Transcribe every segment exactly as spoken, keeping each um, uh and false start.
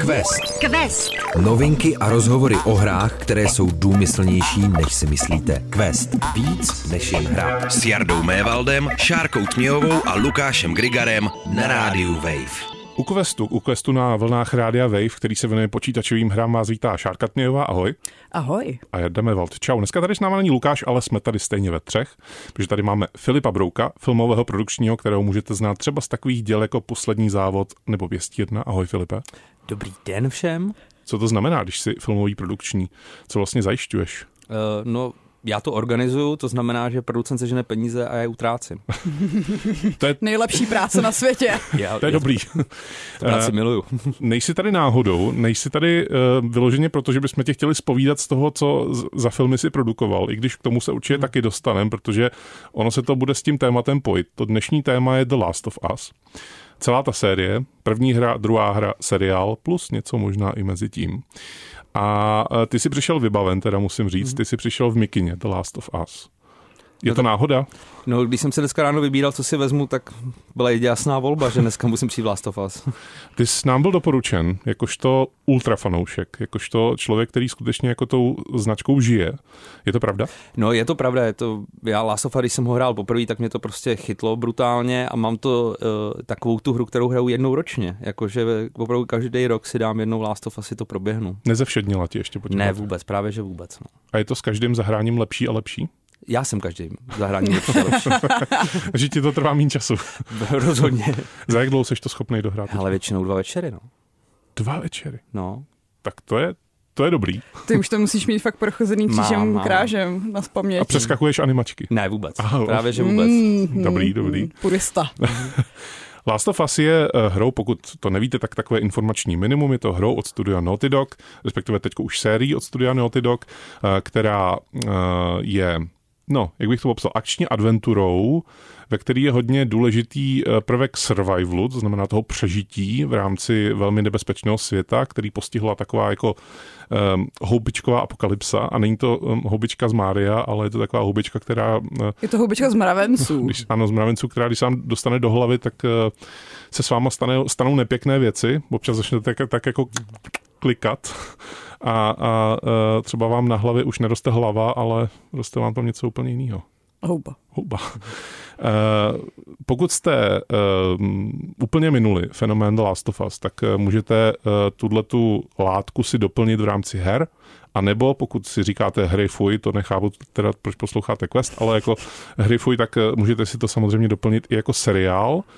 Quest. Quest. Novinky a rozhovory o hrách, které jsou důmyslnější, než si myslíte. Quest. Víc než jen hra. S Jardou Mévaldem, Šárkou Tměhovou a Lukášem Grigarem na rádiu Wave. U Questu, u Questu na vlnách rádia Wave, který se věnuje počítačovým hrám, vás vítá Šárka Tměhová, ahoj. Ahoj. A Jarda Mévald, čau. Dneska tady s náma není Lukáš, ale jsme tady stejně ve třech, protože tady máme Filipa Brouka, filmového produkčního, kterého můžete znát třeba z takových děl jako Poslední závod nebo Věst jedna. Ahoj Filipe. Dobrý den všem. Co to znamená, když jsi filmový produkční? Co vlastně zajišťuješ? Uh, no, já to organizuju, to znamená, že producent sežene peníze a já je utrácím. To je nejlepší práce na světě. Já, to je já, dobrý. To práci miluju. Nejsi tady náhodou, nejsi tady uh, vyloženě proto, že bychom tě chtěli zpovídat z toho, co z, za filmy si produkoval, i když k tomu se určitě hmm. taky dostaneme, protože ono se to bude s tím tématem pojít. To dnešní téma je The Last of Us. Celá ta série, první hra, druhá hra, seriál, plus něco možná i mezi tím. A ty jsi přišel vybaven, teda musím říct, ty jsi přišel v mikině The Last of Us. Je no to náhoda? No, když jsem se dneska ráno vybíral, co si vezmu, tak byla jasná volba, že dneska musím přijít v Last of Us. Ty jsi nám byl doporučen, jakožto ultrafanoušek, jakožto člověk, který skutečně jako tou značkou žije. Je to pravda? No, je to pravda. Je to, já Last of Us, když jsem ho hrál poprvé, tak mě to prostě chytlo brutálně a mám to uh, takovou tu hru, kterou hraju jednou ročně. Jakože opravdu každý rok si dám jednou Last of Us, si to proběhnu. Nezevšednila ti ještě počítat? Ne, vůbec, právě že vůbec. No. A je to s každým zahráním lepší a lepší? Já jsem každým zahráním lepší a lepší. Že ti to trvá méně času. Rozhodně. Za jak dlouho jsi to schopnej dohrát? Ale většinou dva večery, no. Dva večery? No. Tak to je, to je dobrý. Ty už to musíš mít fakt prochozený křížem mám, krážem na spaměť. A přeskakuješ animačky? Ne, vůbec. Aha, právě, že vůbec. Mm, dobrý, dobrý. Purista. Last of Us je hrou, pokud to nevíte, tak takové informační minimum. Je to hrou od studia Naughty Dog, respektive teďko už sérií od studia Naughty Dog, která je, no, jak bych to popsal, akční adventurou, ve který je hodně důležitý prvek survivalu, to znamená toho přežití v rámci velmi nebezpečného světa, který postihla taková jako um, houbičková apokalypsa. A není to um, houbička z Mária, ale je to taková houbička, která... Uh, je to houbička z mravenců. Když, ano, z mravenců, která když se vám dostane do hlavy, tak uh, se s váma stane, stanou nepěkné věci. Občas začnete tak, tak jako klikat. A, a uh, třeba vám na hlavě už neroste hlava, ale roste vám tam něco úplně jiného. Houba. Houba. Uh, pokud jste uh, úplně minuli fenomén The Last of Us, tak uh, můžete uh, tuhletu látku si doplnit v rámci her, a nebo pokud si říkáte hry fuj, to nechápu teda, proč posloucháte Quest, ale jako hry fuj, tak uh, můžete si to samozřejmě doplnit i jako seriál. Uh,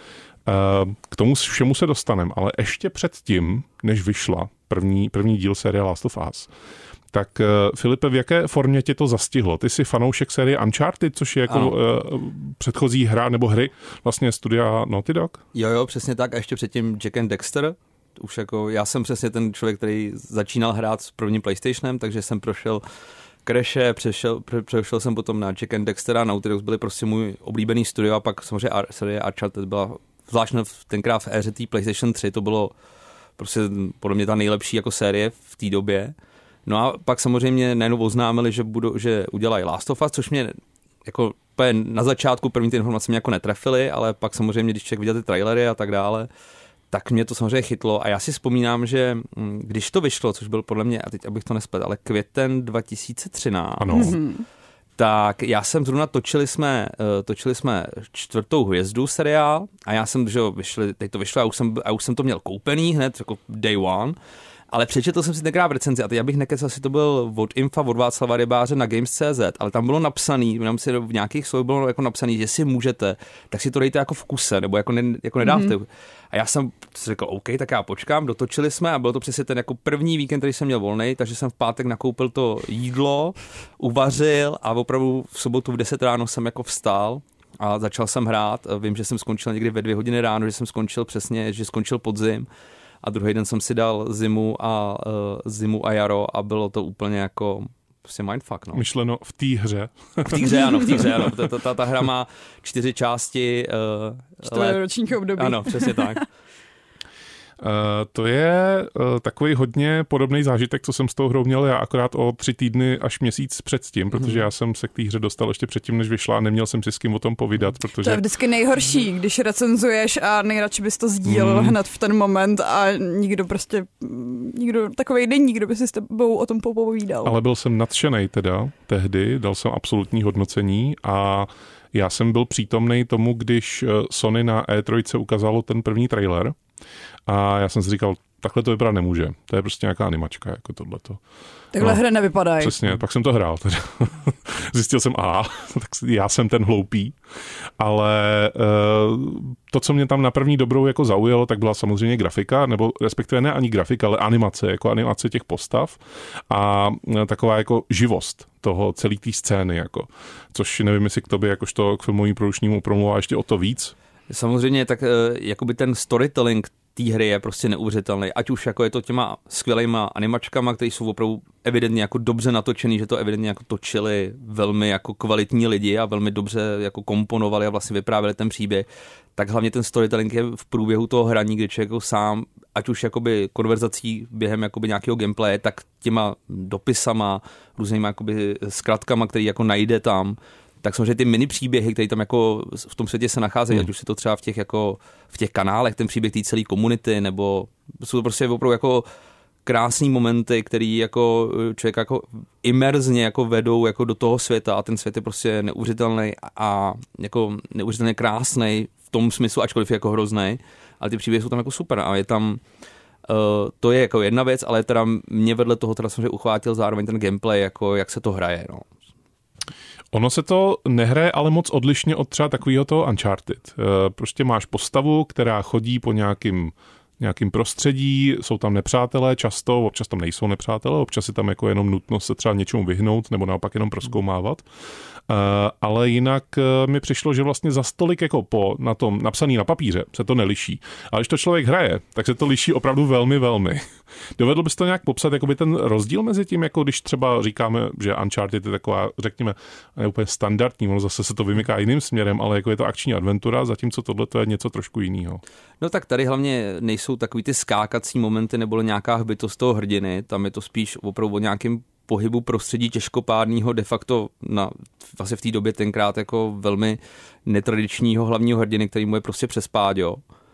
k tomu všemu se dostaneme, ale ještě předtím, než vyšla první, první díl série Last of Us, tak uh, Filipe, v jaké formě tě to zastihlo? Ty jsi fanoušek série Uncharted, což je jako uh, předchozí hra nebo hry vlastně studia Naughty Dog? Jo, jo, přesně tak. A ještě předtím Jack and Dexter. Už jako, já jsem přesně ten člověk, který začínal hrát s prvním PlayStationem, takže jsem prošel Crashe, přešel, přešel jsem potom na Jack and Dextera, Naughty Dog byly prostě můj oblíbený studio a pak samozřejmě Ar- série Uncharted byla, zvlášť tenkrát v éře té PlayStation tři, to bylo prostě podle mě ta nejlepší jako série v té době. No a pak samozřejmě najednou oznámili, že, budou, že udělají Last of Us, což mě jako na začátku první ty informace mě jako netrefily, ale pak samozřejmě, když člověk viděl ty trailery a tak dále, tak mě to samozřejmě chytlo a já si vzpomínám, že když to vyšlo, což byl podle mě, a teď abych to nesplet, ale květen dva tisíce třináct, ano. Mm-hmm. Tak já jsem zrovna, točili jsme, točili jsme Čtvrtou hvězdu seriál a já jsem, že vyšli, teď to vyšlo a už jsem, a už jsem to měl koupený hned, jako day one. Ale přečetl jsem si tenkrát v recenzi a teď já bych nekecal, asi to byl od Infa, od Václava Rybáře na Games tečka cé zet, ale tam bylo napsaný, jenom si v nějakých slovech bylo jako napsaný, že si můžete, tak si to dejte jako v kuse, nebo jako, ne, jako nedávte. Mm-hmm. A já jsem si řekl, OK, tak já počkám, dotočili jsme a byl to přesně ten jako první víkend, který jsem měl volnej, takže jsem v pátek nakoupil to jídlo, uvařil a opravdu v sobotu v deset ráno jsem jako vstal a začal jsem hrát. Vím, že jsem skončil někdy ve dvě hodiny ráno, že jsem skončil přesně, že skončil podzim. A druhý den jsem si dal zimu a uh, zimu a jaro a bylo to úplně jako prostě mindfuck, no. Myšleno v té hře. V té hře, ano, v té hře, ano. Ta, ta, ta hra má čtyři části. Uh, Čtyřročního období. Ano, přesně tak. to je uh, takový hodně podobný zážitek, co jsem s tou hrou měl já akorát o tři týdny až měsíc předtím, mm. protože já jsem se k té hře dostal ještě předtím, než vyšla a neměl jsem si s kým o tom povídat, protože... To je vždycky nejhorší, když recenzuješ a nejradši bys to sdílel mm. hned v ten moment a nikdo prostě, nikdo takovej není, kdo by si s tebou o tom popovídal. Ale byl jsem nadšenej teda tehdy, dal jsem absolutní hodnocení a já jsem byl přítomnej tomu, když Sony na E tři ukázalo ten první trailer a já jsem si říkal, takhle to vypadat nemůže. To je prostě nějaká animačka, jako tohleto. Takhle no, hry nevypadají. Přesně, pak jsem to hrál. Teda. Zjistil jsem, a tak já jsem ten hloupý. Ale to, co mě tam na první dobrou jako zaujalo, tak byla samozřejmě grafika, nebo respektive ne ani grafika, ale animace, jako animace těch postav a taková jako živost toho celé té scény, jako. Což nevím, jestli k tobě jakožto k filmovým produčnímu promluvá ještě o to víc. Samozřejmě, tak jakoby ten storytelling té hry je prostě neuvěřitelný. Ať už jako je to těma skvělýma animačkama, které jsou opravdu evidentně jako dobře natočený, že to evidentně jako točili velmi jako kvalitní lidi a velmi dobře jako komponovali a vlastně vyprávěli ten příběh. Tak hlavně ten storytelling je v průběhu toho hraní, kdy člověk jako sám, ať už jakoby konverzací během jakoby nějakého gameplaye, tak těma dopisama, různýma jakoby zkratkama, který jako najde tam, tak samozřejmě ty mini příběhy, které tam jako v tom světě se nacházejí, hmm. ať už je to třeba v těch jako v těch kanálech, ten příběh té celé komunity, nebo jsou to prostě opravdu jako krásný momenty, který jako člověk jako imerzně jako vedou jako do toho světa a ten svět je prostě neuvěřitelný a jako neuvěřitelně krásný v tom smyslu, ačkoliv je jako hrozný, ale ty příběhy jsou tam jako super a je tam Uh, to je jako jedna věc, ale teda mě vedle toho teda samozřejmě uchvátil zároveň ten gameplay, jako jak se to hraje, no. Ono se to nehraje ale moc odlišně od třeba takového toho Uncharted. Prostě máš postavu, která chodí po nějakým, nějakým prostředí, jsou tam nepřátelé často, občas tam nejsou nepřátelé, občas je tam jako jenom nutnost se třeba něčemu vyhnout nebo naopak jenom prozkoumávat. Uh, ale jinak uh, mi přišlo, že vlastně za stolik jako po na tom napsaný na papíře se to neliší. Ale když to člověk hraje, tak se to liší opravdu velmi, velmi. Dovedl bys to nějak popsat, jakoby ten rozdíl mezi tím, jako když třeba říkáme, že Uncharted je taková, řekněme, ne úplně standardní, ono zase se to vymyká jiným směrem, ale jako je to akční adventura, zatímco tohle to je něco trošku jiného. No tak tady hlavně nejsou takový ty skákací momenty nebo nějaká hbitost toho hrdiny, tam je to spíš opravdu o nějakým pohybu prostředí těžkopádného de facto na, vlastně v té době tenkrát jako velmi netradičního hlavního hrdiny, který mu je prostě přespát, jo.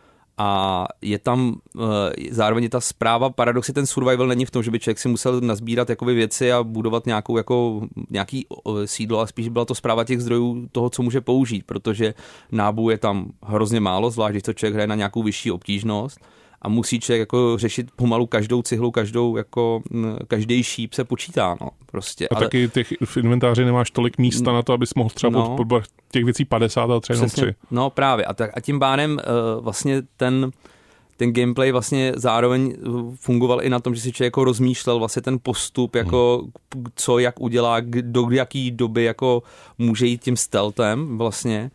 A je tam zároveň je ta zpráva, paradoxy, ten survival není v tom, že by člověk si musel nazbírat jakoby věci a budovat nějakou, jako, nějaký sídlo, ale spíš byla to zpráva těch zdrojů toho, co může použít, protože nábojů je tam hrozně málo, zvlášť když to člověk hraje na nějakou vyšší obtížnost a musí člověk jako řešit pomalu každou cihlu, každou jako každý šíp se počítá, no, prostě. A ale... taky těch v inventáři nemáš tolik místa na to, abys mohl třeba no, pod, pod těch věcí padesát a třeba jenom tři. No právě a, tak, a tím pádem uh, vlastně ten ten gameplay vlastně zároveň fungoval i na tom, že si člověk jako rozmýšlel vlastně ten postup, jako hmm. co, jak udělá, do jaký doby jako může jít tím stealthem vlastně.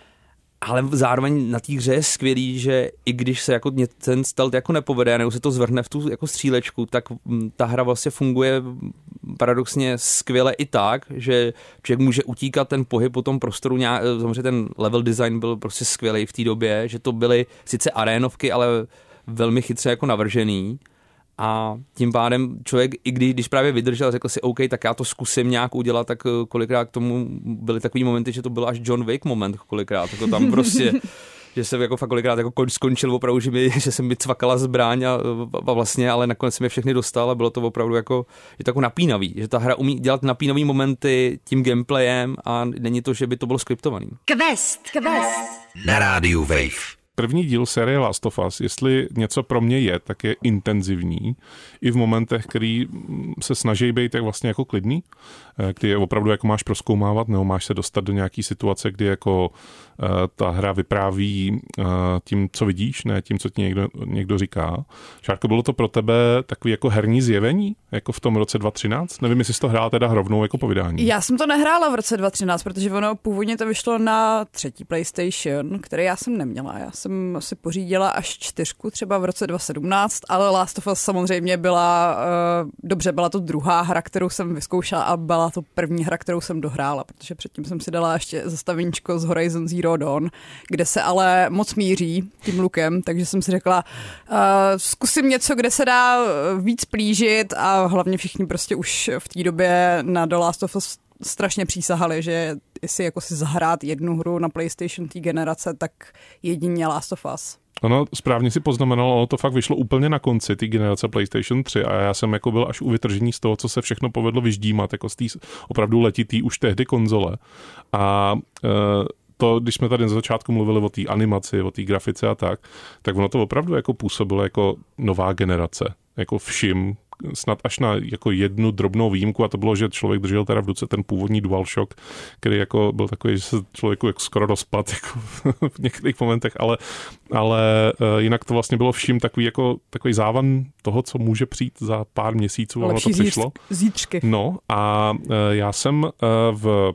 Ale zároveň na té hře je skvělý, že i když se jako ten stealth jako nepovede, nebo se to zvrhne v tu jako střílečku, tak ta hra vlastně funguje paradoxně skvěle i tak, že člověk může utíkat ten pohyb po tom prostoru, nějak, samozřejmě ten level design byl prostě skvělý v té době, že to byly sice arénovky, ale velmi chytře jako navržený. A tím pádem člověk, i když, když právě vydržel, řekl si, OK, tak já to zkusím nějak udělat, tak kolikrát k tomu byly takový momenty, že to byl až John Wick moment kolikrát, jako tam prostě, že jsem jako fakt kolikrát jako skončil opravdu, že, mi, že jsem mi cvakala zbraň a, a vlastně, ale nakonec jsem je všechny dostal a bylo to opravdu jako, je to jako napínavý, že ta hra umí dělat napínavý momenty tím gameplayem a není to, že by to bylo skriptovaný. Quest, Quest. Na rádiu Wave. První díl série Last of Us, jestli něco pro mě je, tak je intenzivní. I v momentech, který se snaží být tak vlastně jako klidný, kdy je opravdu jako máš prozkoumávat, nebo máš se dostat do nějaký situace, kdy jako uh, ta hra vypráví uh, tím, co vidíš, ne tím, co ti někdo, někdo říká. Šárko, bylo to pro tebe takový jako herní zjevení, jako v tom roce dva tisíce třináct? Nevím, jestli jsi to hrála teda rovnou jako povídání. Já jsem to nehrála v roce dva tisíce třináct, protože ono původně to vyšlo na třetí PlayStation, který já jsem neměla. Já jsem jsem si pořídila až čtyřku, třeba v roce dva tisíce sedmnáct, ale Last of Us samozřejmě byla, uh, dobře, byla to druhá hra, kterou jsem vyzkoušela a byla to první hra, kterou jsem dohrála, protože předtím jsem si dala ještě zastavíčko z Horizon Zero Dawn, kde se ale moc míří tím lukem, takže jsem si řekla, uh, zkusím něco, kde se dá víc plížit a hlavně všichni prostě už v té době na The Last of Us strašně přísahali, že jestli jako si zahrát jednu hru na PlayStation té generace, tak jedině Last of Us. Ono správně si poznamenalo, ono to fakt vyšlo úplně na konci té generace PlayStation tři a já jsem jako byl až u vytržení z toho, co se všechno povedlo vyždímat, jako z té opravdu letitý už tehdy konzole. A e, to, když jsme tady na začátku mluvili o té animaci, o té grafice a tak, tak ono to opravdu jako působilo jako nová generace, jako všim, snad až na jako jednu drobnou výjimku a to bylo, že člověk držel teda v ruce ten původní DualShock, který jako byl takový, že se člověku jako skoro rozpad jako v některých momentech, ale, ale jinak to vlastně bylo vším takový jako takový závan toho, co může přijít za pár měsíců, ono to přišlo. Zítřky. No a já jsem v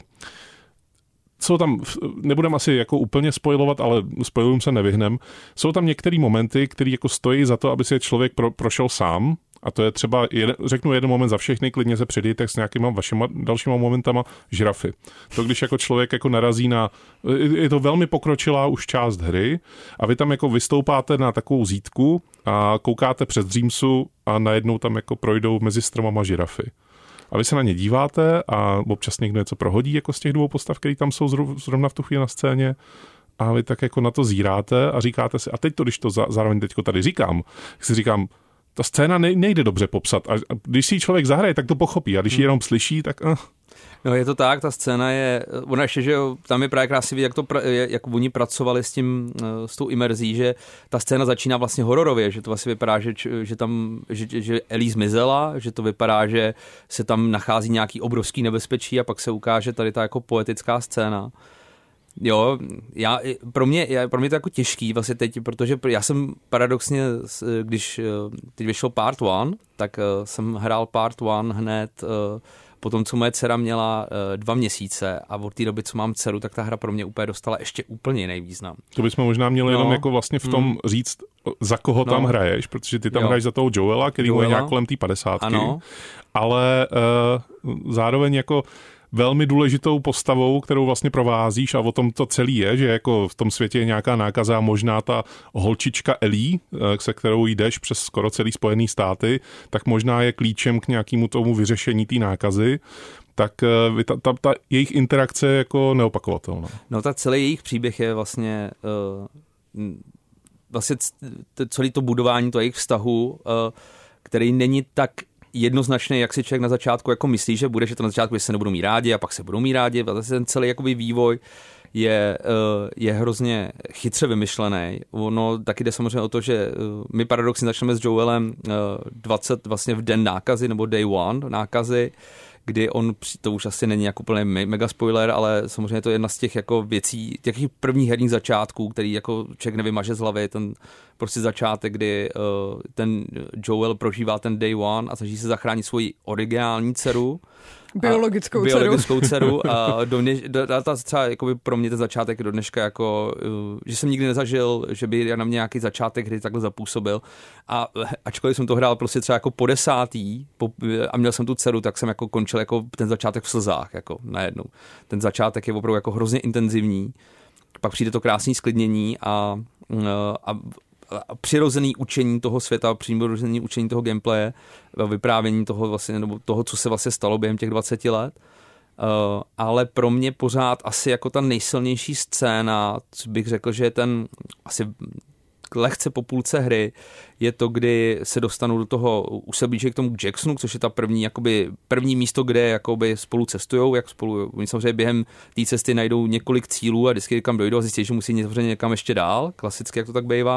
jsou tam, nebudem asi jako úplně spoilovat, ale spoilům se nevyhnem, jsou tam některé momenty, které jako stojí za to, aby si je člověk pro, prošel sám. A to je třeba, jeden, řeknu jeden moment za všechny, klidně se předejte s nějakýma vašima dalšíma momentama, žirafy. To, když jako člověk jako narazí na, je to velmi pokročilá už část hry a vy tam jako vystoupáte na takovou zítku a koukáte přes dřímsu a najednou tam jako projdou mezi stromama žirafy. A vy se na ně díváte a občas někdo něco prohodí jako z těch dvou postav, které tam jsou zrovna v tu chvíli na scéně a vy tak jako na to zíráte a říkáte si, a teď to, když to zároveň teďko tady říkám, tak si říkám, ta scéna nejde dobře popsat a když si ji člověk zahraje, tak to pochopí a když ji jenom slyší, tak... Uh. No je to tak, ta scéna je, ona ještě, že jo, tam je právě krásivý, jak, to, jak oni pracovali s tím, s tou imerzí, že ta scéna začíná vlastně hororově, že to vlastně vypadá, že, že tam, že, že Ellie zmizela, že to vypadá, že se tam nachází nějaký obrovský nebezpečí a pak se ukáže tady ta jako poetická scéna. Jo, já, pro mě, já, pro mě to jako těžký vlastně teď, protože já jsem paradoxně, když teď vyšel part one, tak jsem hrál part one hned po tom, co moje dcera měla dva měsíce a od té doby, co mám dceru, tak ta hra pro mě úplně dostala ještě úplně jiný význam. To bychom možná měli no. jenom jako vlastně v tom hmm. říct, za koho no. tam hraješ, protože ty tam jo. hraješ za toho Joela, který je nějak kolem té padesátky, ano. ale uh, zároveň jako velmi důležitou postavou, kterou vlastně provázíš a o tom to celý je, že jako v tom světě je nějaká nákaza, možná ta holčička Ellie, se kterou jdeš přes skoro celý Spojený státy, tak možná je klíčem k nějakému tomu vyřešení té nákazy, tak ta, ta, ta jejich interakce je jako neopakovatelná. No ta celý jejich příběh je vlastně uh, vlastně celý to budování toho jejich vztahu, uh, který není tak jednoznačně, jak si člověk na začátku jako myslí, že bude, že to na začátku, že se nebudou mít rádi a pak se budou mít rádi. A ten celý jakoby vývoj je, je hrozně chytře vymyšlený. Ono taky jde samozřejmě o to, že my paradoxně začneme s Joelem dvacet vlastně v den nákazy, nebo day one nákazy, kdy on, to už asi není jako úplně mega spoiler, ale samozřejmě to je jedna z těch jako věcí, těch prvních herních začátků, který jako člověk nevymaže z hlavy, ten prostě začátek, kdy uh, ten Joel prožívá ten day one a snaží se zachránit svoji originální dceru. Biologickou dceru. Biologickou dceru. A do mě, do, ta třeba jakoby pro mě ten začátek do dneška jako, uh, že jsem nikdy nezažil, že by na mě nějaký začátek hry takhle zapůsobil. A ačkoliv jsem to hrál prostě třeba jako po desátý po, a měl jsem tu dceru, tak jsem jako končil jako ten začátek v slzách, jako najednou. Ten začátek je opravdu jako hrozně intenzivní. Pak přijde to krásné sklidnění a, uh, a a přirozený učení toho světa, přirozený učení toho gameplaye, vyprávění toho vlastně, nebo toho, co se vlastně stalo během těch dvaceti let. Uh, ale pro mě pořád asi jako ta nejsilnější scéna, co bych řekl, že je ten asi lehce po půlce hry, je to, kdy se dostanu do toho, už se blíží k tomu Jacksonu, což je ta první, jakoby, první místo, kde jakoby spolu cestujou, jak spolu, oni samozřejmě během té cesty najdou několik cílů a vždycky kam dojdou a zjistí, že musí někam ještě dál, klasicky, jak to tak bývá,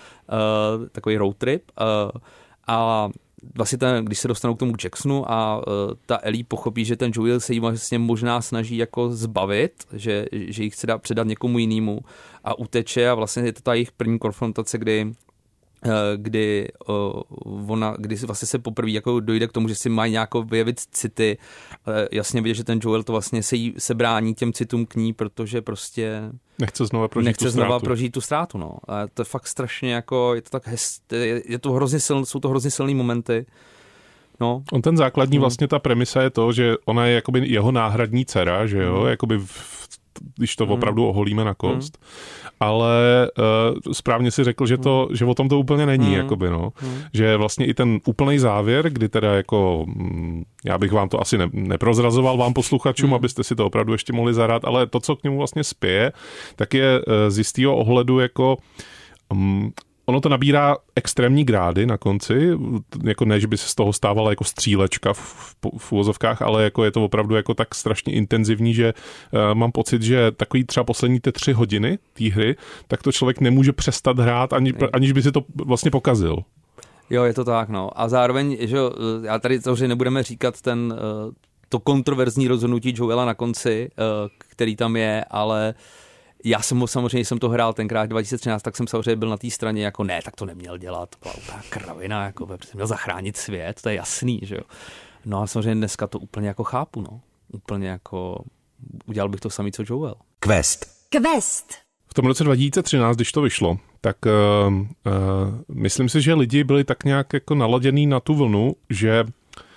uh, takový road trip. Uh, a vlastně ten, když se dostanou k tomu Jacksonu a uh, ta Ellie pochopí, že ten Joel se jí vlastně možná snaží jako zbavit, že, že jí chce dát, předat někomu jinému a uteče a vlastně je to ta jejich první konfrontace, kdy kdy ona, kdy vlastně se poprvé jako dojde k tomu, že si mají nějakou vyjevit city. Jasně vidět, že ten Joel to vlastně se, jí, se brání těm citům k ní, protože prostě nechce znova prožít nechce tu znova ztrátu. prožít tu ztrátu, no. A to je fakt strašně jako, je to tak hez, je, je to hrozně silný, jsou to hrozně silný momenty. No. On ten základní vlastně ta premisa je to, že ona je jakoby jeho náhradní dcera, že jo, mm. jakoby v, když to opravdu oholíme na kost. Mm. Ale uh, správně si řekl, že, to, mm. že o tom to úplně není, mm. jakoby, no. Mm. Že vlastně i ten úplný závěr, kdy teda jako, mm, já bych vám to asi ne, neprozrazoval vám posluchačům, mm. abyste si to opravdu ještě mohli zahrát, ale to, co k němu vlastně spěje, tak je uh, z jistého ohledu jako... Um, Ono to nabírá extrémní grády na konci, jako ne, že by se z toho stávala jako střílečka v, v, v uvozovkách, ale jako je to opravdu jako tak strašně intenzivní, že uh, mám pocit, že takový třeba poslední ty tři hodiny té hry, tak to člověk nemůže přestat hrát, ani, aniž by si to vlastně pokazil. Jo, je to tak, no. A zároveň, že já tady samozřejmě nebudeme říkat ten, to kontroverzní rozhodnutí Joela na konci, který tam je, ale já jsem ho samozřejmě, jsem to hrál tenkrát dva tisíce třináct, tak jsem samozřejmě byl na té straně jako ne, tak to neměl dělat, to byla úplná kravina, jako jsem měl zachránit svět, to je jasný, že jo. No a samozřejmě dneska to úplně jako chápu, no. Úplně jako, udělal bych to samý, co Joel. Quest. Quest. V tom roce dva tisíce třináct, když to vyšlo, tak uh, uh, myslím si, že lidi byli tak nějak jako naladěný na tu vlnu, že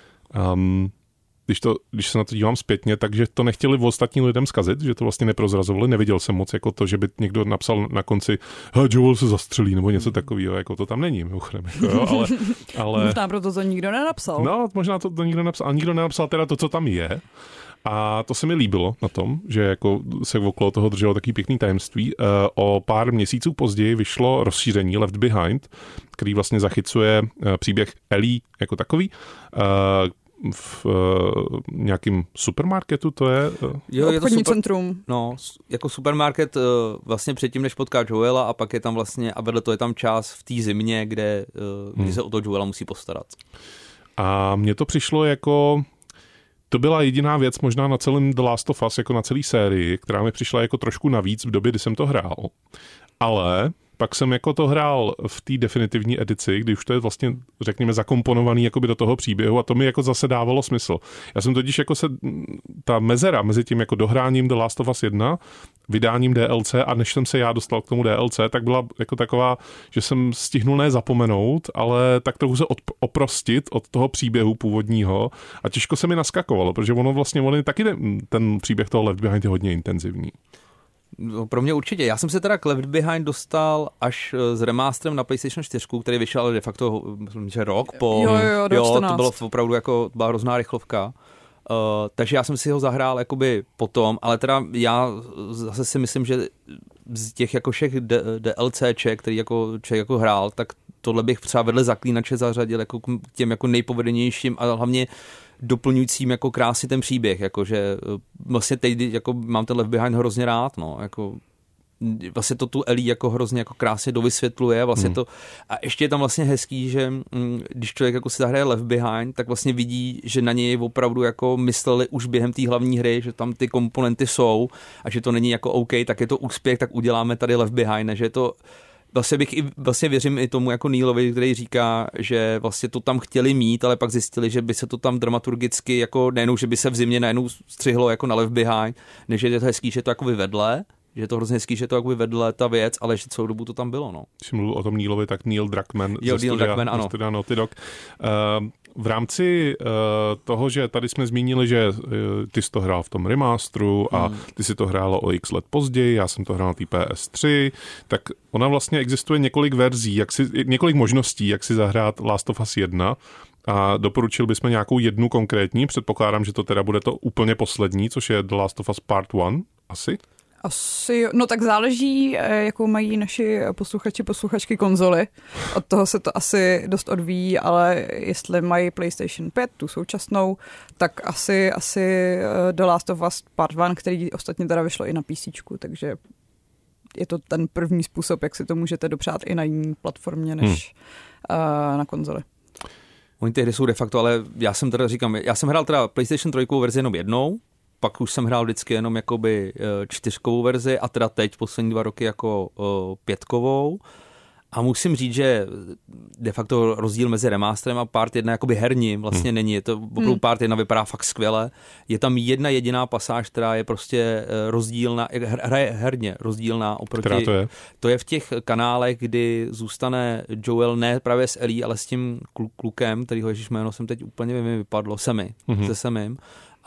um, Když, to, když se na to dívám zpětně, takže to nechtěli ostatním lidem zkazit, že to vlastně neprozrazovali. Neviděl jsem moc jako to, že by někdo napsal na konci Joel se zastřelí nebo něco takového, jako to tam není, mimochodem. Jako, jo, ale, ale... Možná proto to nikdo nenapsal. No, možná to, to nikdo nenapsal, ale nikdo nenapsal teda to, co tam je. A to se mi líbilo na tom, že jako se okolo toho drželo takový pěkný tajemství. O pár měsíců později vyšlo rozšíření Left Behind, který vlastně zachycuje příběh Ellie jako takový, v uh, nějakým supermarketu to je? Jo, je to super, centrum. No, jako supermarket uh, vlastně předtím, než potká Joela a pak je tam vlastně, a vedle to je tam čas v té zimě, kde, uh, kdy hmm. se o to Joela musí postarat. A mně to přišlo jako, to byla jediná věc možná na celém The Last of Us, jako na celé sérii, která mi přišla jako trošku navíc v době, kdy jsem to hrál. Ale pak jsem jako to hrál v té definitivní edici, kdy už to je vlastně, řekněme, zakomponovaný jakoby do toho příběhu a to mi jako zase dávalo smysl. Já jsem totiž jako se, ta mezera mezi tím jako dohráním The Last of Us jedna, vydáním D L C a než jsem se já dostal k tomu D L C, tak byla jako taková, že jsem stihnul ne zapomenout, ale tak trochu se od, oprostit od toho příběhu původního a těžko se mi naskakovalo, protože ono vlastně, ono taky ten příběh toho Left Behind je hodně intenzivní. Pro mě určitě. Já jsem se teda k Left Behind dostal až s remasterem na PlayStation čtyři, který vyšel ale de facto, myslím, že rok po... Jo, jo, jo, to bylo opravdu jako, byla hrozná rychlovka. Uh, takže já jsem si ho zahrál jakoby potom, ale teda já zase si myslím, že z těch jako všech DLCček, který jako člověk jako hrál, tak tohle bych třeba vedle Zaklínače zařadil jako k těm jako nejpovedenějším a hlavně doplňujícím jako krásy ten příběh, jakože vlastně teď jako mám ten Left Behind hrozně rád, no, jako vlastně to tu Ellie jako hrozně jako krásně dovysvětluje, vlastně hmm. to a ještě je tam vlastně hezký, že mm, když člověk jako si zahraje Left Behind, tak vlastně vidí, že na něj opravdu jako mysleli už během té hlavní hry, že tam ty komponenty jsou a že to není jako OK, tak je to úspěch, tak uděláme tady Left Behind, že je to vlastně bych i, vlastně věřím i tomu jako Nealovi, který říká, že vlastně to tam chtěli mít, ale pak zjistili, že by se to tam dramaturgicky jako nejenom, že by se v zimě najednou střihlo jako na Left Behind, než je to hezký, že to jako vyvedle, že je to hrozně hezký, že to jako vyvedle ta věc, ale že celou dobu to tam bylo, no. Když mluvil o tom Nealovi, tak Neil Druckmann jo, ze Neil studia, Druckmann, ano. studia Naughty Dog. Uh, v rámci uh, toho, že tady jsme zmínili, že uh, ty jsi to hrál v tom remasteru a hmm. ty si to hrálo o x let později, já jsem to hrál na té P S tři, tak ona vlastně existuje několik verzí, jak si, několik možností, jak si zahrát Last of Us jedna a doporučil bychom nějakou jednu konkrétní, předpokládám, že to teda bude to úplně poslední, což je The Last of Us Part jedna, asi? Asi, no tak záleží, jakou mají naši posluchači, posluchačky konzoly. Od toho se to asi dost odvíjí, ale jestli mají PlayStation pět, tu současnou, tak asi, asi The Last of Us Part jedna, který ostatně teda vyšlo i na PCčku, takže je to ten první způsob, jak si to můžete dopřát i na jiné platformě, než hmm. uh, na konzoli. Oni ty hry jsou de facto, ale já jsem teda říkám, já jsem hrál teda PlayStation tři verzi jenom jednou, pak už jsem hrál vždycky jenom jakoby čtyřkovou verzi a teda teď poslední dva roky jako uh, pětkovou A musím říct, že de facto rozdíl mezi remasterem a part jedna jakoby herní vlastně hmm. není. Je to opravdu hmm. part jedna vypadá fakt skvěle. Je tam jedna jediná pasáž, která je prostě rozdílná, hraje herně rozdílná oproti. Která to je? To je v těch kanálech, kdy zůstane Joel ne právě s Ellie, ale s tím klukem, kterýho ježišméno jsem teď úplně mi vypadlo, Sammy, hmm. se Sammym.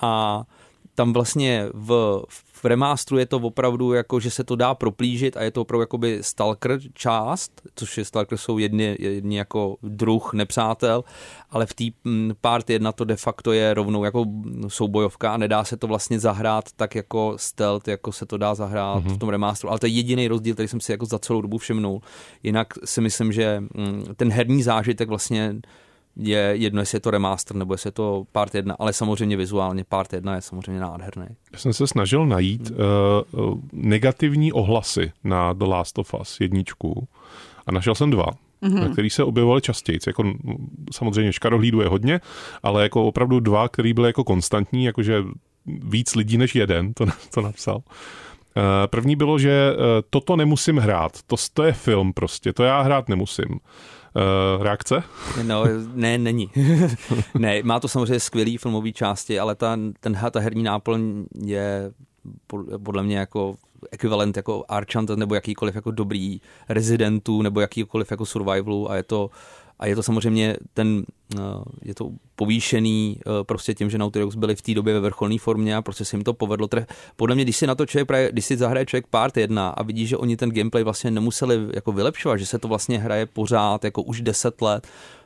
A tam vlastně v, v remasteru je to opravdu jako, že se to dá proplížit a je to opravdu jakoby Stalker část, což je Stalker jsou jedni, jedni jako druh nepřátel, ale v té part jedna to de facto je rovnou jako soubojovka a nedá se to vlastně zahrát tak jako stealth, jako se to dá zahrát mm-hmm. v tom remasteru, ale to je jediný rozdíl, který jsem si jako za celou dobu všimnul. Jinak si myslím, že ten herní zážitek vlastně je jedno, jestli je to remaster, nebo jestli je to part jedna, ale samozřejmě vizuálně part jedna je samozřejmě nádherný. Já jsem se snažil najít uh, negativní ohlasy na The Last of Us jedničku a našel jsem dva, mm-hmm. na který se objevovaly častěji. Jako, samozřejmě škarohlídů je hodně, ale jako opravdu dva, který byly jako konstantní, jakože víc lidí než jeden, to, to napsal. Uh, první bylo, že uh, toto nemusím hrát, to, to je film prostě, to já hrát nemusím. Uh, reakce? No, ne, není. Ne, má to samozřejmě skvělý filmový části, ale ta, ten, ta herní náplň je podle mě jako ekvivalent jako Uncharted nebo jakýkoliv jako dobrý Residentů nebo jakýkoliv jako survivalu a je to a je to samozřejmě ten, je to povýšený prostě tím, že Naughty Dogs byli v té době ve vrcholné formě a prostě se jim to povedlo. Podle mě, když si na to člověk, když si zahraje člověk part jedna a vidí, že oni ten gameplay vlastně nemuseli jako vylepšovat, že se to vlastně hraje pořád jako už deset let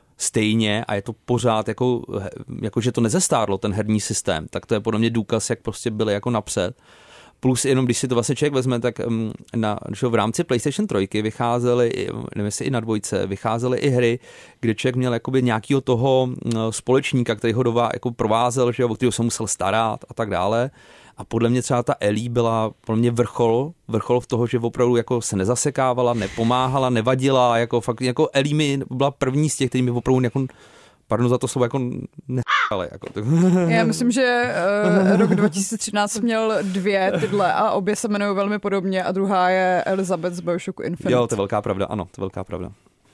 stejně a je to pořád jako, jako že to nezestárlo ten herní systém, tak to je podle mě důkaz, jak prostě byli jako napřed. Plus jenom, když si to vlastně člověk vezme, tak na, v rámci PlayStation tři vycházely, nevím jestli i na dvojce, vycházely i hry, kde člověk měl jakoby nějakého toho společníka, který ho dová, jako provázel, že, o kterého se musel starat a tak dále. A podle mě třeba ta Ellie byla podle mě vrchol, vrchol v toho, že opravdu jako se nezasekávala, nepomáhala, nevadila, jako fakt, jako Ellie mi byla první z těch, který mi opravdu jako pardon za to slovo, jako ne***ale. Jako. Já myslím, že uh, rok dva tisíce třináct měl dvě tyhle a obě se jmenují velmi podobně a druhá je Elizabeth z BioShocku Infinite. Jo, to je velká pravda, ano, to je velká pravda.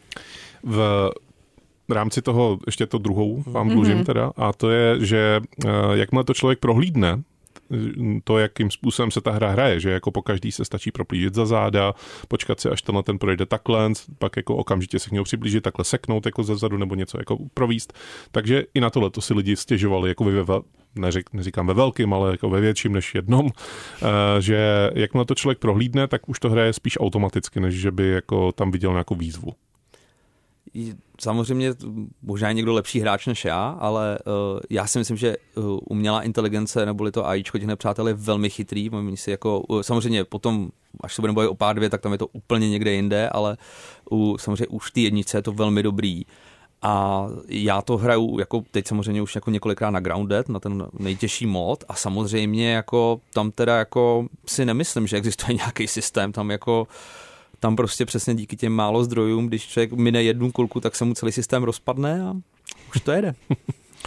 V rámci toho, ještě to druhou vám dlužím mm-hmm. teda, a to je, že uh, jakmile to člověk prohlídne, to, jakým způsobem se ta hra hraje, že jako po každý se stačí proplížit za záda, počkat si, až tenhle ten projde takhle, pak jako okamžitě se k němu přiblížit, takhle seknout jako zezadu nebo něco jako províst. Takže i na tohle to si lidi stěžovali, jako ve, neřík, neříkám ve velkým, ale jako ve větším než jednom, že jakmile to člověk prohlídne, tak už to hraje spíš automaticky, než že by jako tam viděl nějakou výzvu. Samozřejmě možná je někdo lepší hráč než já, ale uh, já si myslím, že uh, umělá inteligence neboli to AIčko těch nepřátel je velmi chytrý. Oni si jako, uh, samozřejmě potom, až se budeme bavit o pár dvě, tak tam je to úplně někde jinde, ale uh, samozřejmě už v té jednice je to velmi dobrý. A já to hraju jako teď samozřejmě už jako několikrát na Grounded, na ten nejtěžší mod a samozřejmě jako tam teda jako si nemyslím, že existuje nějaký systém, tam jako tam prostě přesně díky těm málo zdrojům, když člověk mine jednu kulku, tak se mu celý systém rozpadne a už to jede. e,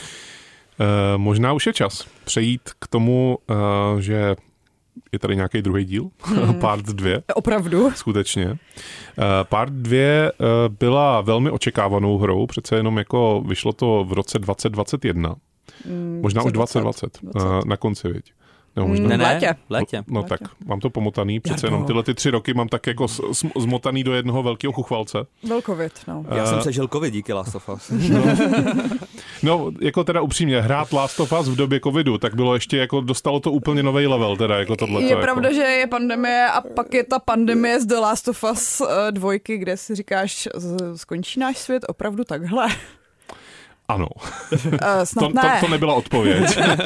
možná už je čas přejít k tomu, e, že je tady nějaký druhý díl, hmm. part dvě. Opravdu? Skutečně. E, part dvě e, byla velmi očekávanou hrou, přece jenom jako vyšlo to v roce dvacet dvacet jedna. Hmm, možná už dvacet dvacet, dvacet. Na konci, viď? No, možná. Ne, ne, v létě. V létě. No, no létě. tak, mám to pomotaný, přece jenom tyhle ty tři roky mám tak jako zmotaný do jednoho velkého chuchvalce. Byl covid, no. Já uh, jsem přežil covid díky Last of Us. No, no, jako teda upřímně, hrát Last of Us v době covidu, tak bylo ještě jako, dostalo to úplně nový level, teda jako tohleto. Je jako. pravda, že je pandemie a pak je ta pandemie z The Last of Us dvojky, kde si říkáš, skončí náš svět opravdu takhle. Ano, uh, to, to, to nebyla odpověď. uh,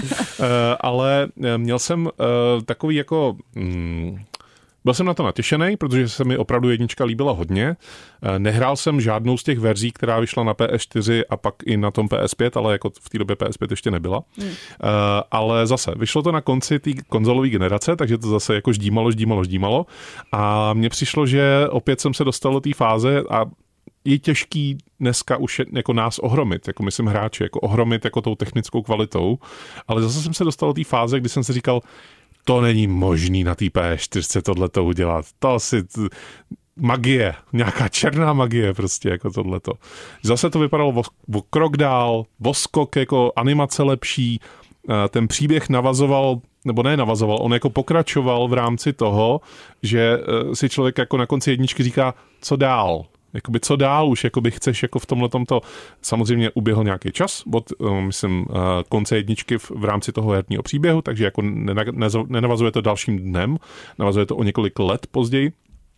ale měl jsem uh, takový jako... Mm, byl jsem na to natěšený, protože se mi opravdu jednička líbila hodně. Uh, nehrál jsem žádnou z těch verzí, která vyšla na P S čtyři a pak i na tom P S pět, ale jako v té době P S pět ještě nebyla. Hmm. Uh, ale zase, vyšlo to na konci té konzolové generace, takže to zase jako ždímalo, ždímalo, ždímalo. A mně přišlo, že opět jsem se dostal do té fáze a je těžký dneska už jako nás ohromit, jako myslím hráči, jako ohromit jako tou technickou kvalitou, ale zase jsem se dostal do té fáze, kdy jsem si říkal, to není možný na té P S čtyři tohleto udělat, to si, magie, nějaká černá magie prostě jako tohleto. Zase to vypadalo o, o krok dál, o skok jako animace lepší, ten příběh navazoval, nebo ne navazoval, on jako pokračoval v rámci toho, že si člověk jako na konci jedničky říká, co dál. Jakoby co dál už, jakoby chceš jako v tomhletom to, samozřejmě uběhl nějaký čas od, myslím, konce jedničky v, v rámci toho herního příběhu, takže jako nenavazuje to dalším dnem, navazuje to o několik let později.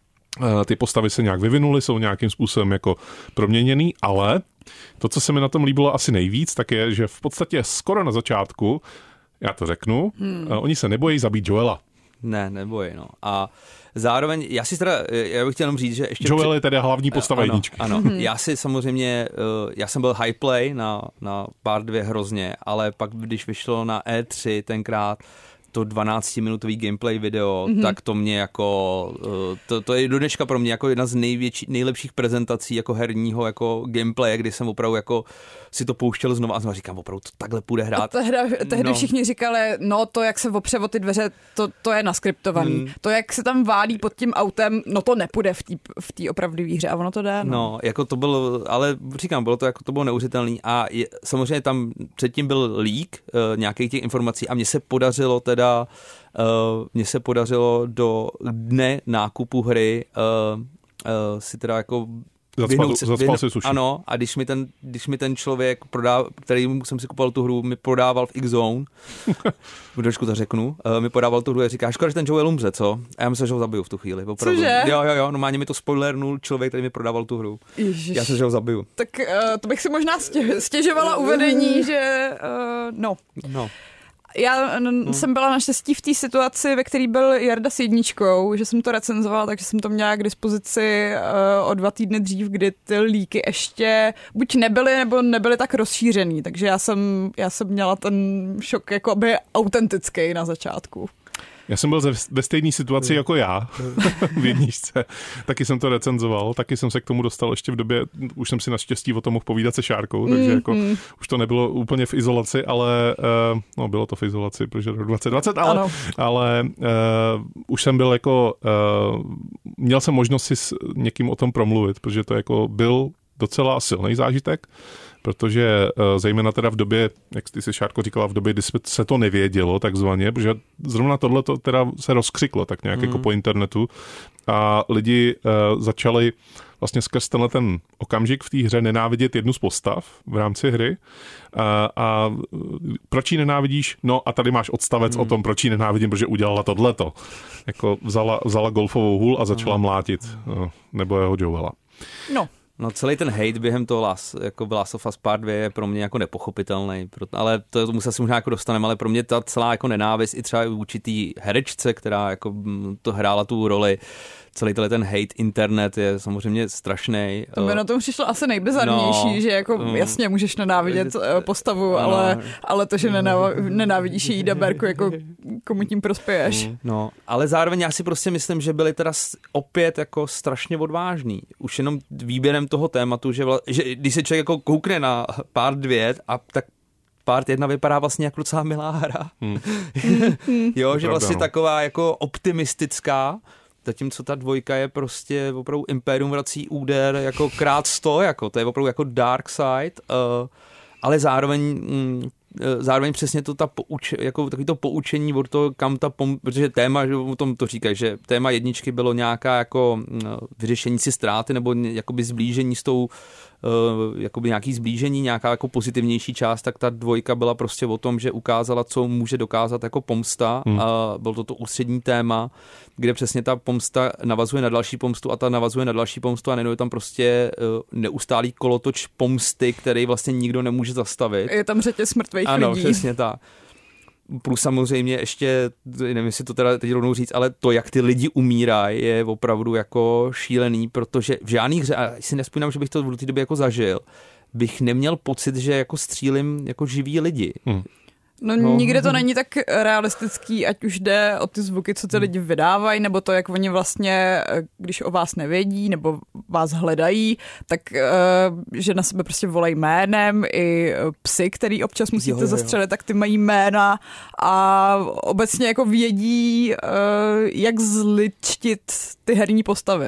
Ty postavy se nějak vyvinuly, jsou nějakým způsobem jako proměněný, ale to, co se mi na tom líbilo asi nejvíc, tak je, že v podstatě skoro na začátku, já to řeknu, hmm. oni se nebojí zabít Joela. Ne, nebojí, no. A zároveň, já si teda, já bych chtěl jenom říct, že ještě... Joel před... je teda hlavní postava ano, jedničky. Ano, hmm. já si samozřejmě, já jsem byl high play na, na pár dvě hrozně, ale pak, když vyšlo na E tři tenkrát, to dvanáctiminutový gameplay video, mm-hmm. tak to mě jako, to, to je do dneška pro mě jako jedna z největší, nejlepších prezentací jako herního jako gameplaye, kdy jsem opravdu jako si to pouštěl znova a znova říkám, opravdu to takhle půjde hrát. A tehdy, tehdy no. všichni říkali, no to, jak se opře o ty dveře, to, to je naskriptovaný. Hmm. To, jak se tam válí pod tím autem, no to nepůjde v té v té opravdové hře a ono to jde. No. no, jako to bylo, ale říkám, bylo to jako to bylo neuvěřitelný a je, samozřejmě tam předtím byl leak uh, nějakých těch informací a mně se podařilo teda, uh, mně se podařilo do dne nákupu hry uh, uh, si teda jako Zacpal, se, zacpal si suši. Ano, a když mi ten, když mi ten člověk, prodá, který jsem si kupoval tu hru, mi prodával v X-Zone, trošku to řeknu, uh, mi podával tu hru a říká, škoda, že ten Joel umře, co? A já myslím, že ho zabiju v tu chvíli. Opravdu. Cože? Jo, jo, jo, normálně mi to spoilernul člověk, který mi prodával tu hru. Ježiš. Já se, že ho zabiju. Tak uh, to bych si možná stěž, stěžovala uvedení, že uh, no. No. Já n- jsem byla naštěstí v té situaci, ve které byl Jarda s jedničkou, že jsem to recenzovala, takže jsem to měla k dispozici uh, o dva týdny dřív, kdy ty líky ještě buď nebyly, nebo nebyly tak rozšířený, takže já jsem, já jsem měla ten šok jakoby autentický na začátku. Já jsem byl ve stejné situaci jako já v jedničce. Taky jsem to recenzoval, taky jsem se k tomu dostal ještě v době, už jsem si naštěstí o tom mohl povídat se Šárkou, takže mm, jako mm. už to nebylo úplně v izolaci, ale uh, no bylo to v izolaci, protože rok dvacet dvacet, ale, ale uh, už jsem byl jako, uh, měl jsem možnost si s někým o tom promluvit, protože to jako byl docela silný zážitek, protože zejména teda v době, jak ty si Šárko říkala, v době, kdy se to nevědělo takzvaně, protože zrovna tohle to teda se rozkřiklo tak nějak mm. jako po internetu a lidi uh, začali vlastně skrz tenhle ten okamžik v té hře nenávidět jednu z postav v rámci hry a, a proč ji nenávidíš? No a tady máš odstavec mm. o tom, proč ji nenávidím, protože udělala tohleto. Jako vzala, vzala golfovou hůl a začala mlátit uh, nebo jeho Joela. No. No celý ten hate během toho Last, jako Last of Us Part dva je pro mě jako nepochopitelný, ale to, tomu se asi možná jako dostaneme, ale pro mě ta celá jako nenávist i třeba vůči té herečce, která jako to hrála tu roli, celý ten hate internet je samozřejmě strašný. To by na tom přišlo asi nejbizarnější, no, že jako um, jasně můžeš nenávidět postavu, no, ale, ale to, že nenávidíš její daberku, jako komu tím prospěješ. No, ale zároveň já si prostě myslím, že byli teda opět jako strašně odvážní. Už jenom výběrem toho tématu, že, vla, že když se člověk jako koukne na Part dva a tak Part jedna vypadá vlastně jako docela milá hra. Hmm. Jo, že vlastně taková jako optimistická, zatímco ta dvojka je prostě opravdu Imperium vrací úder jako krát sto, jako to je opravdu jako dark side, uh, ale zároveň mm, zároveň přesně to ta pouč, jako takový to poučení od toho, kam ta pom, protože téma, že o tom to říkají, že téma jedničky bylo nějaká jako vyřešení si ztráty nebo jakoby zblížení s tou Uh, jakoby nějaký zblížení, nějaká jako pozitivnější část, tak ta dvojka byla prostě o tom, že ukázala, co může dokázat jako pomsta hmm. a bylo to to ústřední téma, kde přesně ta pomsta navazuje na další pomstu a ta navazuje na další pomstu a je tam prostě uh, neustálý kolotoč pomsty, který vlastně nikdo nemůže zastavit. Je tam řetěz mrtvých lidí. Ano, přesně tak. Plus samozřejmě ještě, nevím, jestli to teda teď rovnou říct, ale to, jak ty lidi umírají, je opravdu jako šílený, protože v žádný hře, a si nespomínám, že bych to v té době jako zažil, bych neměl pocit, že jako střílím jako živí lidi. Hmm. No, no nikde to není tak realistický, ať už jde o ty zvuky, co ty lidi vydávají, nebo to, jak oni vlastně, když o vás nevědí, nebo vás hledají, tak že na sebe prostě volají jménem, i psy, který občas musíte jo, jo, jo. zastřelit, tak ty mají jména a obecně jako vědí, jak zličtit ty herní postavy, no.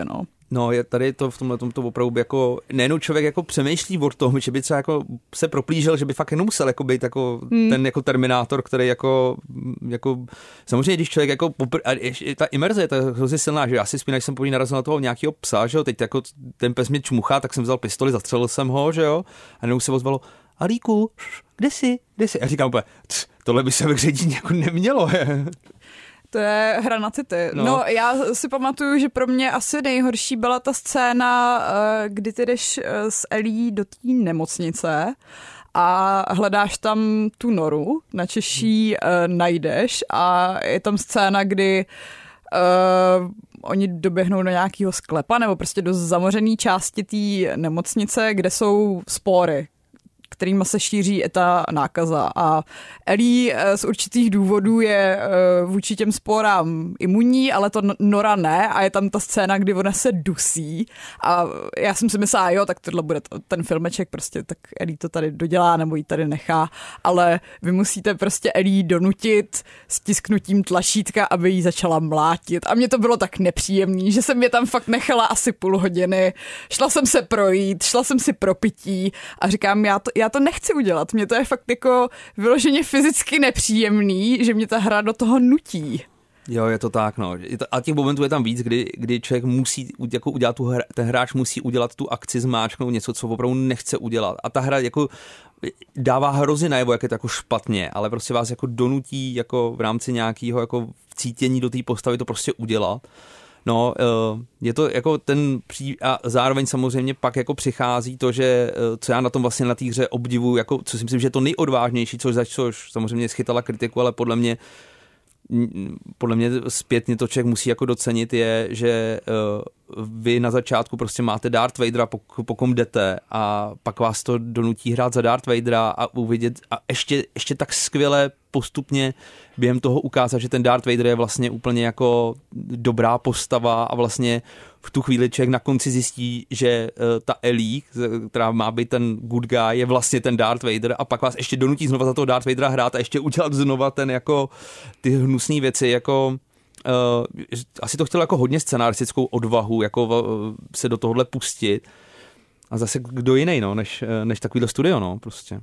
No, je tady to v tomhle tomto opravdu jako, nejenom člověk jako přemýšlí o tom, že by třeba jako se proplížil, že by fakt jenom musel jako být jako hmm. ten jako Terminátor, který jako, jako samozřejmě, když člověk jako, popr- a je, ta imerze je tak hrozně silná, že já si vzpomínám, že jsem po ní narazil na toho nějakého psa, že jo, teď jako ten pes mě čmuchá, tak jsem vzal pistoli, zastřelil jsem ho, že jo, a jenom se ozvalo, Alíku, kde jsi, kde jsi? A říkám úplně, tohle by se ve Ředíně jako nemělo, je. To je hra na city. No. no, já si pamatuju, že pro mě asi nejhorší byla ta scéna, kdy ty jdeš s Ellie do té nemocnice a hledáš tam tu noru, načež ji hmm. najdeš a je tam scéna, kdy uh, oni doběhnou do nějakého sklepa nebo prostě do zamořené části té nemocnice, kde jsou spory, kterýma se šíří ta nákaza. A Ellie z určitých důvodů je vůči těm sporám imunní, ale to Nora ne a je tam ta scéna, kdy ona se dusí a já jsem si myslela, jo, tak tohle bude ten filmeček, prostě tak Ellie to tady dodělá nebo ji tady nechá, ale vy musíte prostě Ellie donutit stisknutím tlačítka, aby jí začala mlátit. A mně to bylo tak nepříjemný, že jsem je tam fakt nechala asi půl hodiny. Šla jsem se projít, šla jsem si pro pití a říkám, já to, já to nechci udělat. Mně to je fakt jako vyloženě fyzicky nepříjemný, že mě ta hra do toho nutí. Jo, je to tak, no. A těch momentů je tam víc, kdy, kdy člověk musí jako udělat tu hra, ten hráč musí udělat tu akci, zmáčknout něco, co opravdu nechce udělat. A ta hra jako dává hrozně najevo, jak je to jako špatně, ale prostě vás jako donutí jako v rámci nějakého jako cítění do té postavy to prostě udělat. No, je to jako ten pří... a zároveň samozřejmě pak jako přichází to, že co já na tom vlastně na té hře obdivuju, jako, co si myslím, že je to nejodvážnější, což za což samozřejmě schytala kritiku, ale podle mě podle mě zpětně to člověk musí jako docenit, je, že uh, vy na začátku prostě máte Darth Vadera, po, po kom jdete a pak vás to donutí hrát za Darth Vadera a uvidět a ještě, ještě tak skvěle postupně během toho ukázat, že ten Darth Vader je vlastně úplně jako dobrá postava a vlastně v tu chvíli člověk na konci zjistí, že uh, ta Ellie, která má být ten good guy, je vlastně ten Darth Vader a pak vás ještě donutí znova za toho Darth Vadera hrát a ještě udělat znova ten jako ty hnusné věci, jako uh, asi to chtělo jako hodně scenaristickou odvahu, jako uh, se do tohohle pustit a zase kdo jiný, no, než, než takovýhle studio, no, prostě.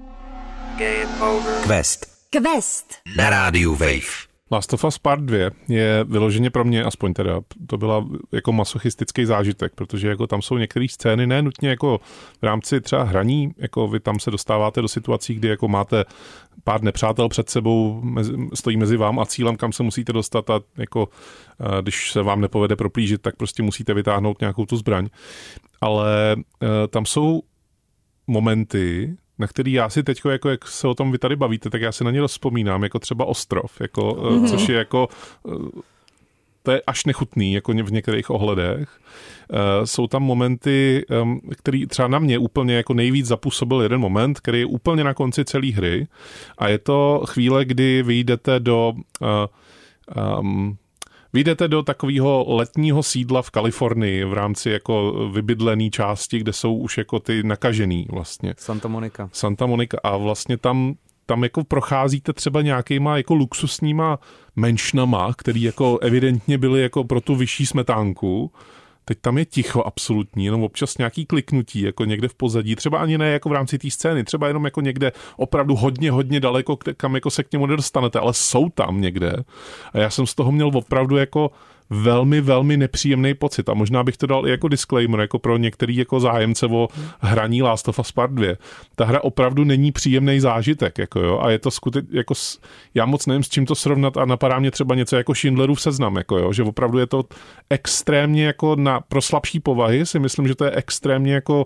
Quest. Quest. Na rádiu Wave. Last of Us Part dva je vyloženě pro mě, aspoň teda, to byla jako masochistický zážitek, protože jako tam jsou některé scény, ne nutně jako v rámci třeba hraní, jako vy tam se dostáváte do situací, kdy jako máte pár nepřátel před sebou, mezi, stojí mezi vám a cílem, kam se musíte dostat a jako když se vám nepovede proplížit, tak prostě musíte vytáhnout nějakou tu zbraň. Ale tam jsou momenty, na který já si teď, jako jak se o tom vy tady bavíte, tak já si na ně vzpomínám, jako třeba Ostrov, jako, mm-hmm. což je jako, to je až nechutný, jako v některých ohledech. Jsou tam momenty, který třeba na mě úplně jako nejvíc zapůsobil jeden moment, který je úplně na konci celé hry a je to chvíle, kdy vy jdete do... Um, Vy jdete do takového letního sídla v Kalifornii v rámci jako vybydlené části, kde jsou už jako ty nakažený vlastně. Santa Monica. Santa Monica a vlastně tam, tam jako procházíte třeba nějakýma jako luxusníma menšnama, který jako evidentně byly jako pro tu vyšší smetánku. Teď tam je ticho absolutní, jenom občas nějaký kliknutí, jako někde v pozadí, třeba ani ne jako v rámci té scény, třeba jenom jako někde opravdu hodně, hodně daleko, kam jako se k němu nedostanete, ale jsou tam někde. A já jsem z toho měl opravdu jako velmi, velmi nepříjemný pocit a možná bych to dal i jako disclaimer, jako pro některý jako zájemce o hraní Last of Us Part dva. Ta hra opravdu není příjemný zážitek, jako jo, a je to skutečně, jako já moc nevím, s čím to srovnat a napadá mě třeba něco jako Schindlerův seznam, jako jo, že opravdu je to extrémně jako na, pro slabší povahy si myslím, že to je extrémně jako,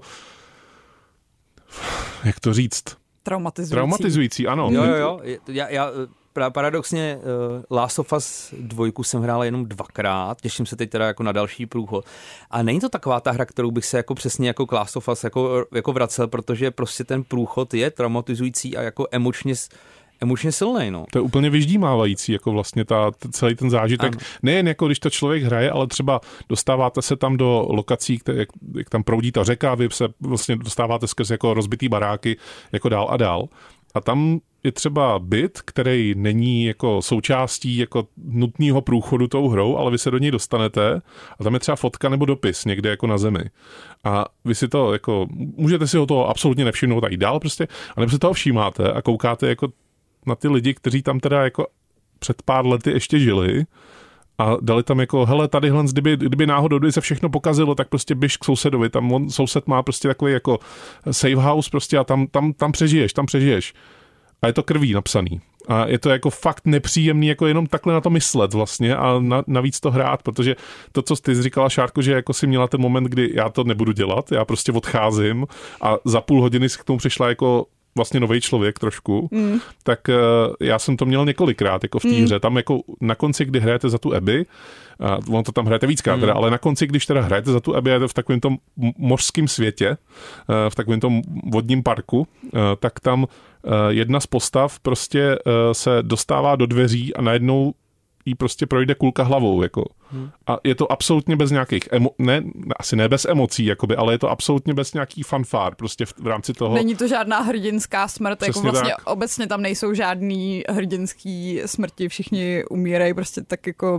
jak to říct? Traumatizující. Traumatizující, ano. Jo, jo, jo, já, já paradoxně uh, Last of Us dva jsem hrál jenom dvakrát, těším se teď teda jako na další průchod. A není to taková ta hra, kterou bych se jako přesně jako k Last of Us jako, jako vracel, protože prostě ten průchod je traumatizující a jako emočně emočně silnej, no. To je úplně vyždímávající, jako vlastně ta, celý ten zážitek. Ano. Nejen jako když to člověk hraje, ale třeba dostáváte se tam do lokací, které, jak, jak tam proudí ta řeka, vy se vlastně dostáváte skrz jako rozbitý baráky, jako dál a dál. A tam je třeba byt, který není jako součástí jako nutného průchodu tou hrou, ale vy se do něj dostanete a tam je třeba fotka nebo dopis někde jako na zemi. A vy si to jako, můžete si ho toho absolutně nevšimnout a jít dál prostě, a nebo si toho všímáte a koukáte jako na ty lidi, kteří tam teda jako před pár lety ještě žili a dali tam jako, hele, tadyhle, kdyby, kdyby náhodou kdyby se všechno pokazilo, tak prostě běž k sousedovi, tam on, soused má prostě takový jako safe house prostě a tam, tam, tam přežiješ, tam přežiješ. A je to krví napsaný. A je to jako fakt nepříjemný, jako jenom takhle na to myslet vlastně a na, navíc to hrát, protože to, co ty jsi říkala, Šárko, že jako si měla ten moment, kdy já to nebudu dělat, já prostě odcházím a za půl hodiny si k tomu přišla jako vlastně nový člověk trošku, mm. tak uh, já jsem to měl několikrát jako v té mm. hře. Tam jako na konci, kdy hrajete za tu Abby, a on to tam hrajete víckrát, mm. teda, ale na konci, když teda hrajete za tu Abby, je to v takovém tom mořském světě, uh, v takovém tom vodním parku, uh, tak tam uh, jedna z postav prostě uh, se dostává do dveří a najednou jí prostě projde kulka hlavou, jako. Hmm. A je to absolutně bez nějakých, emo- ne, asi ne bez emocí, jakoby, ale je to absolutně bez nějaký fanfár, prostě v, v rámci toho. Není to žádná hrdinská smrt, Přesně jako vlastně tak. Obecně tam nejsou žádný hrdinský smrti, všichni umírají prostě tak jako,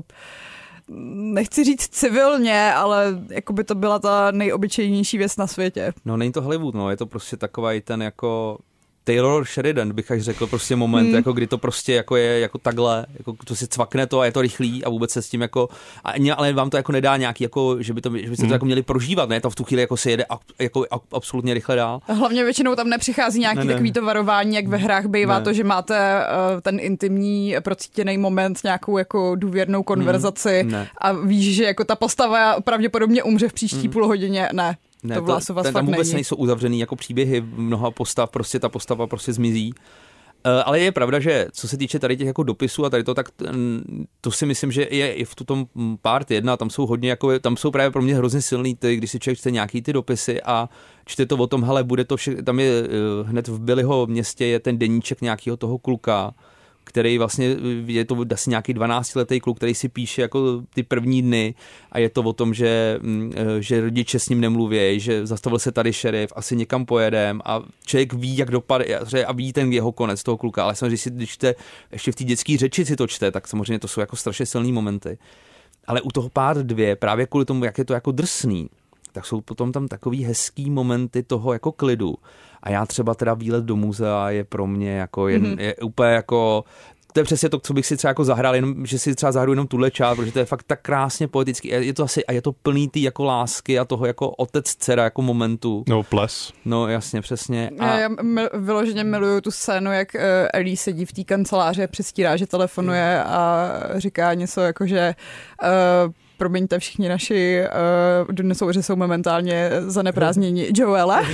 nechci říct civilně, ale jako by to byla ta nejobyčejnější věc na světě. No není to Hollywood, no, je to prostě takový ten jako Taylor Sheridan, bych až řekl, prostě moment, hmm. jako kdy to prostě jako je jako takhle, jako to si cvakne to a je to rychlý a vůbec se s tím jako, a, ale vám to jako nedá nějaký, jako, že by to, že byste hmm. to jako měli prožívat, ne, to v tu chvíli jako se jede a, jako a, absolutně rychle dál. Hlavně většinou tam nepřichází nějaký ne, ne. takový to varování, jak ve hrách bývá ne. to, že máte uh, ten intimní procítěný moment, nějakou jako důvěrnou konverzaci hmm. a víš, že jako ta postava pravděpodobně umře v příští hmm. půl hodině, ne. Ne, to, to ten, tam vůbec není. nejsou uzavřený jako příběhy mnoha postav, prostě ta postava prostě zmizí. Uh, ale je pravda, že co se týče tady těch jako dopisů a tady to, tak to si myslím, že je i v tom part jedna, tam jsou hodně jako, tam jsou právě pro mě hrozně silný ty, když si člověk čte nějaký ty dopisy a čte to o tom, hele, bude to vše, tam je uh, hned v Billyho městě je ten deníček nějakého toho kluka, který vlastně je to asi nějaký dvanáctiletý kluk, který si píše jako ty první dny a je to o tom, že, že rodiče s ním nemluví, že zastavil se tady šerif, asi někam pojedem a člověk ví, jak dopadne a ví ten jeho konec toho kluka, ale samozřejmě, si, když čte, ještě v té dětské řeči si to čte, tak samozřejmě to jsou jako strašně silný momenty. Ale u toho pár dvě, právě kvůli tomu, jak je to jako drsný, tak jsou potom tam takový hezký momenty toho jako klidu. A já třeba teda výlet do muzea je pro mě jako jen, mm-hmm. je úplně jako, to je přesně to, co bych si třeba jako zahrál, jenom, že si třeba zahraju jenom tuhle část, protože to je fakt tak krásně poetický. Je to asi, a je to plný tý jako lásky a toho jako otec dcera jako momentu. No ples. No jasně, přesně. A... Já, já mil, vyloženě miluju tu scénu, jak uh, Ellie sedí v té kanceláři, přestírá, že telefonuje a říká něco jako, že uh, promiňte, všichni naši uh, dinosauři jsou momentálně zaneprázdnění. Joele?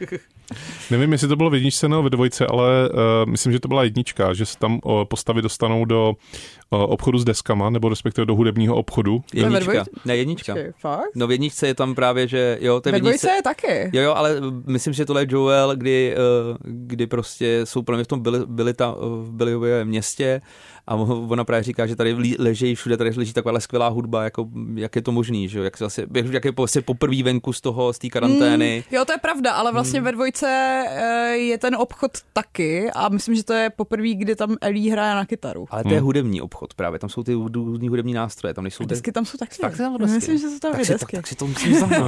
Nevím, jestli to bylo v jedničce nebo ve dvojce, ale uh, myslím, že to byla jednička, že se tam uh, postavy dostanou do uh, obchodu s deskama, nebo respektive do hudebního obchodu. Jednička. Ne, jednička. Počkej, fakt? No v jedničce je tam právě, že jo, to je ve jedničce. dvojce je taky. Jo, jo, ale myslím, že tohle je Joel, kdy, uh, kdy prostě jsou pro mě v tom byli, byli ta, v Billyově městě a ona právě říká, že tady leží všude, tady leží taková skvělá hudba, jako, jak je to možný, že jo, jak, asi, jak je vlastně poprvý venku z toho, z té karantény. Mm, jo, to je pravda, ale vlastně mm. ve dvojce je ten obchod taky a myslím, že to je poprvé, kdy tam Ellie hraje na kytaru. Ale to je hmm. hudební obchod právě, tam jsou ty různý hudební nástroje, tam nejsou... Desky tam jsou taky. Tak, myslím, že jsou tam tak i si desky. To, tak si to musím zahrát.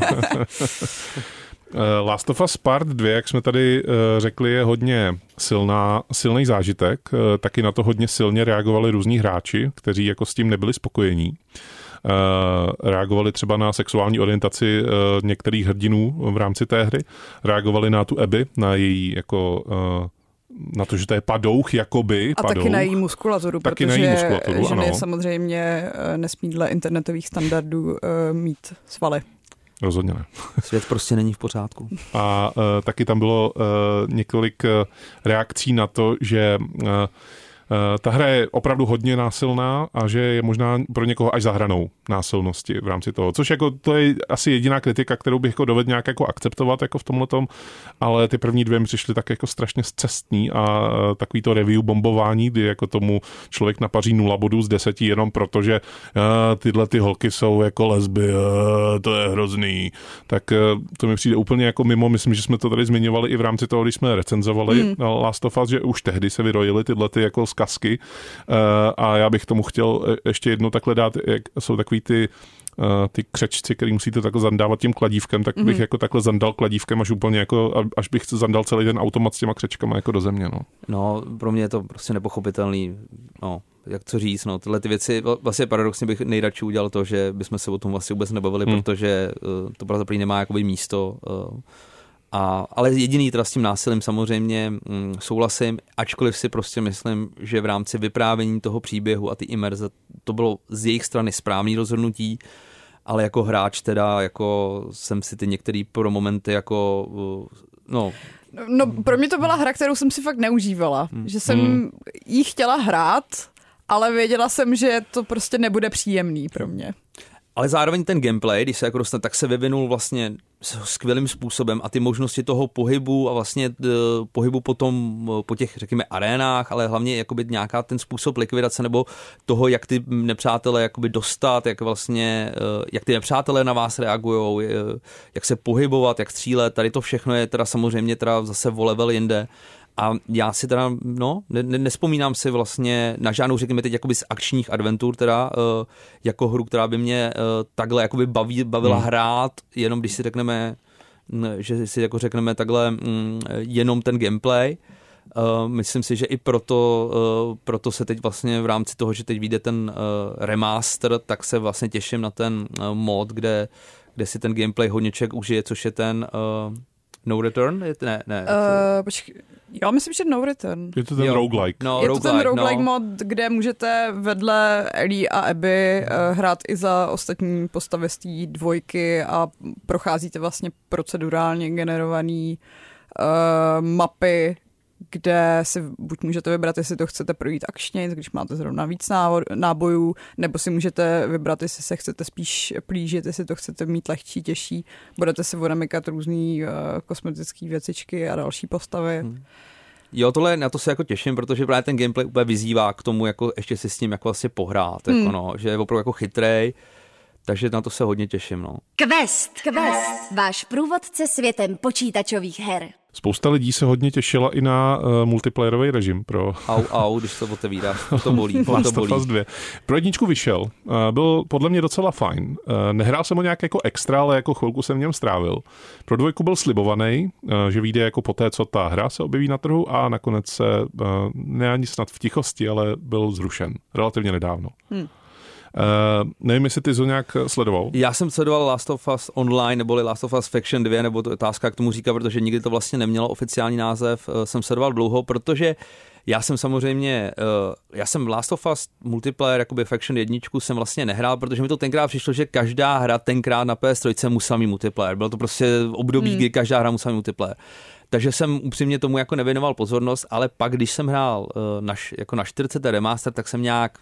Last of Us Part dva, jak jsme tady řekli, je hodně silná, silný zážitek. Taky na to hodně silně reagovali různí hráči, kteří jako s tím nebyli spokojení. Reagovali třeba na sexuální orientaci některých hrdinů v rámci té hry. Reagovali na tu Abby, na její jako... na to, že to je padouch, jakoby A padouch. taky na její muskulaturu, taky protože na její muskulaturu, ženy ano. samozřejmě nesmí dle internetových standardů mít svaly. Rozhodně ne. Svět prostě není v pořádku. A uh, taky tam bylo uh, několik uh, reakcí na to, že uh, ta hra je opravdu hodně násilná a že je možná pro někoho až za hranou násilnosti v rámci toho, což jako to je asi jediná kritika, kterou bych jako dovedl nějak jako akceptovat jako v tomhletom, ale ty první dvě mi přišly tak jako strašně scestný a takový to review bombování, kdy jako tomu člověk napaří nula bodů z deseti jenom proto, že a, tyhle ty holky jsou jako lesby, a, to je hrozný, tak to mi přijde úplně jako mimo, myslím, že jsme to tady zmiňovali i v rámci toho, když jsme recenzovali hmm. Last of Us, že už tehdy se vyrojily tyhle ty jako zkazky a já bych tomu chtěl ještě jednou takhle dát, jak jsou takový ty ty křečci, který musíte takhle zandávat tím kladívkem, tak bych mm. jako takhle zandal kladívkem až úplně jako, až bych zandal celý ten automat s těma křečkama jako do země, no. No, pro mě je to prostě nepochopitelný, no, jak co říct, no, tyhle ty věci, vlastně paradoxně bych nejradši udělal to, že bychom se o tom vlastně vůbec nebavili, mm. protože uh, to pravděpodobně nemá jakoby místo, uh, A, ale jediný teda s tím násilím samozřejmě mm, souhlasím, ačkoliv si prostě myslím, že v rámci vyprávění toho příběhu a ty imerze to bylo z jejich strany správný rozhodnutí, ale jako hráč teda jako jsem si ty některé pro momenty jako no... No pro mě to byla hra, kterou jsem si fakt neužívala, hmm. že jsem hmm. jí chtěla hrát, ale věděla jsem, že to prostě nebude příjemný pro mě. Ale zároveň ten gameplay, když se jako dostane, tak se vyvinul vlastně skvělým způsobem a ty možnosti toho pohybu a vlastně pohybu potom po těch, řekněme, arénách, ale hlavně jakoby nějaká ten způsob likvidace nebo toho, jak ty nepřátelé jakoby dostat, jak vlastně, jak ty nepřátelé na vás reagujou, jak se pohybovat, jak střílet, tady to všechno je teda samozřejmě teda zase o level jinde. A já si teda, no, ne, nespomínám si vlastně na žádnou, řekněme teď, jakoby z akčních adventur, teda uh, jako hru, která by mě uh, takhle jakoby baví, bavila hmm. hrát, jenom když si řekneme, že si jako řekneme takhle um, jenom ten gameplay. Uh, myslím si, že i proto, uh, proto se teď vlastně v rámci toho, že teď vyjde ten uh, remaster, tak se vlastně těším na ten uh, mod, kde, kde si ten gameplay hodně člověk užije, což je ten... Uh, No Return? Ne, ne. Uh, počkej, já myslím, že No Return. Je to ten roguelike. No, je roguelike, to ten roguelike no. mod, kde můžete vedle Ellie a Abby uh, hrát i za ostatní postavy z té dvojky a procházíte vlastně procedurálně generovaný uh, mapy, kde si buď můžete vybrat, jestli to chcete projít akčně, když máte zrovna víc nábojů, nebo si můžete vybrat, jestli se chcete spíš plížit, jestli to chcete mít lehčí, těžší. Budete si odemykat různý uh, kosmetické věcičky a další postavy. Hmm. Jo, tohle, na to se jako těším, protože právě ten gameplay úplně vyzývá k tomu, jako ještě si s tím jako vlastně pohrát, hmm. jako no, že je opravdu jako chytrej, takže na to se hodně těším, no. Quest, Quest, váš průvodce světem počítačových her. Spousta lidí se hodně těšila i na uh, multiplayerový režim pro... Au, au, když to otevírá, to bolí. Last of Us dva. Pro jedničku vyšel. Uh, byl podle mě docela fajn. Uh, nehrál jsem ho nějak jako extra, ale jako chvilku jsem v něm strávil. Pro dvojku byl slibovaný, uh, že vyjde jako poté, co ta hra se objeví na trhu a nakonec se, uh, ne ani snad v tichosti, ale byl zrušen. Relativně nedávno. Hmm. Uh, nevím, jestli ty to nějak sledoval. Já jsem sledoval Last of Us Online, neboli Last of Us Faction dva, nebo to otázka, jak tomu říká, protože nikdy to vlastně nemělo oficiální název. Uh, jsem sledoval dlouho, protože já jsem samozřejmě, uh, já jsem Last of Us multiplayer, jakoby Faction jedničku jsem vlastně nehrál, protože mi to tenkrát přišlo, že každá hra tenkrát na P S tři musela mít multiplayer. Bylo to prostě období, hmm. kdy každá hra musela mít multiplayer. Takže jsem upřímně tomu jako nevěnoval pozornost, ale pak, když jsem hrál uh, na, jako na čtyřicet remaster, tak jsem nějak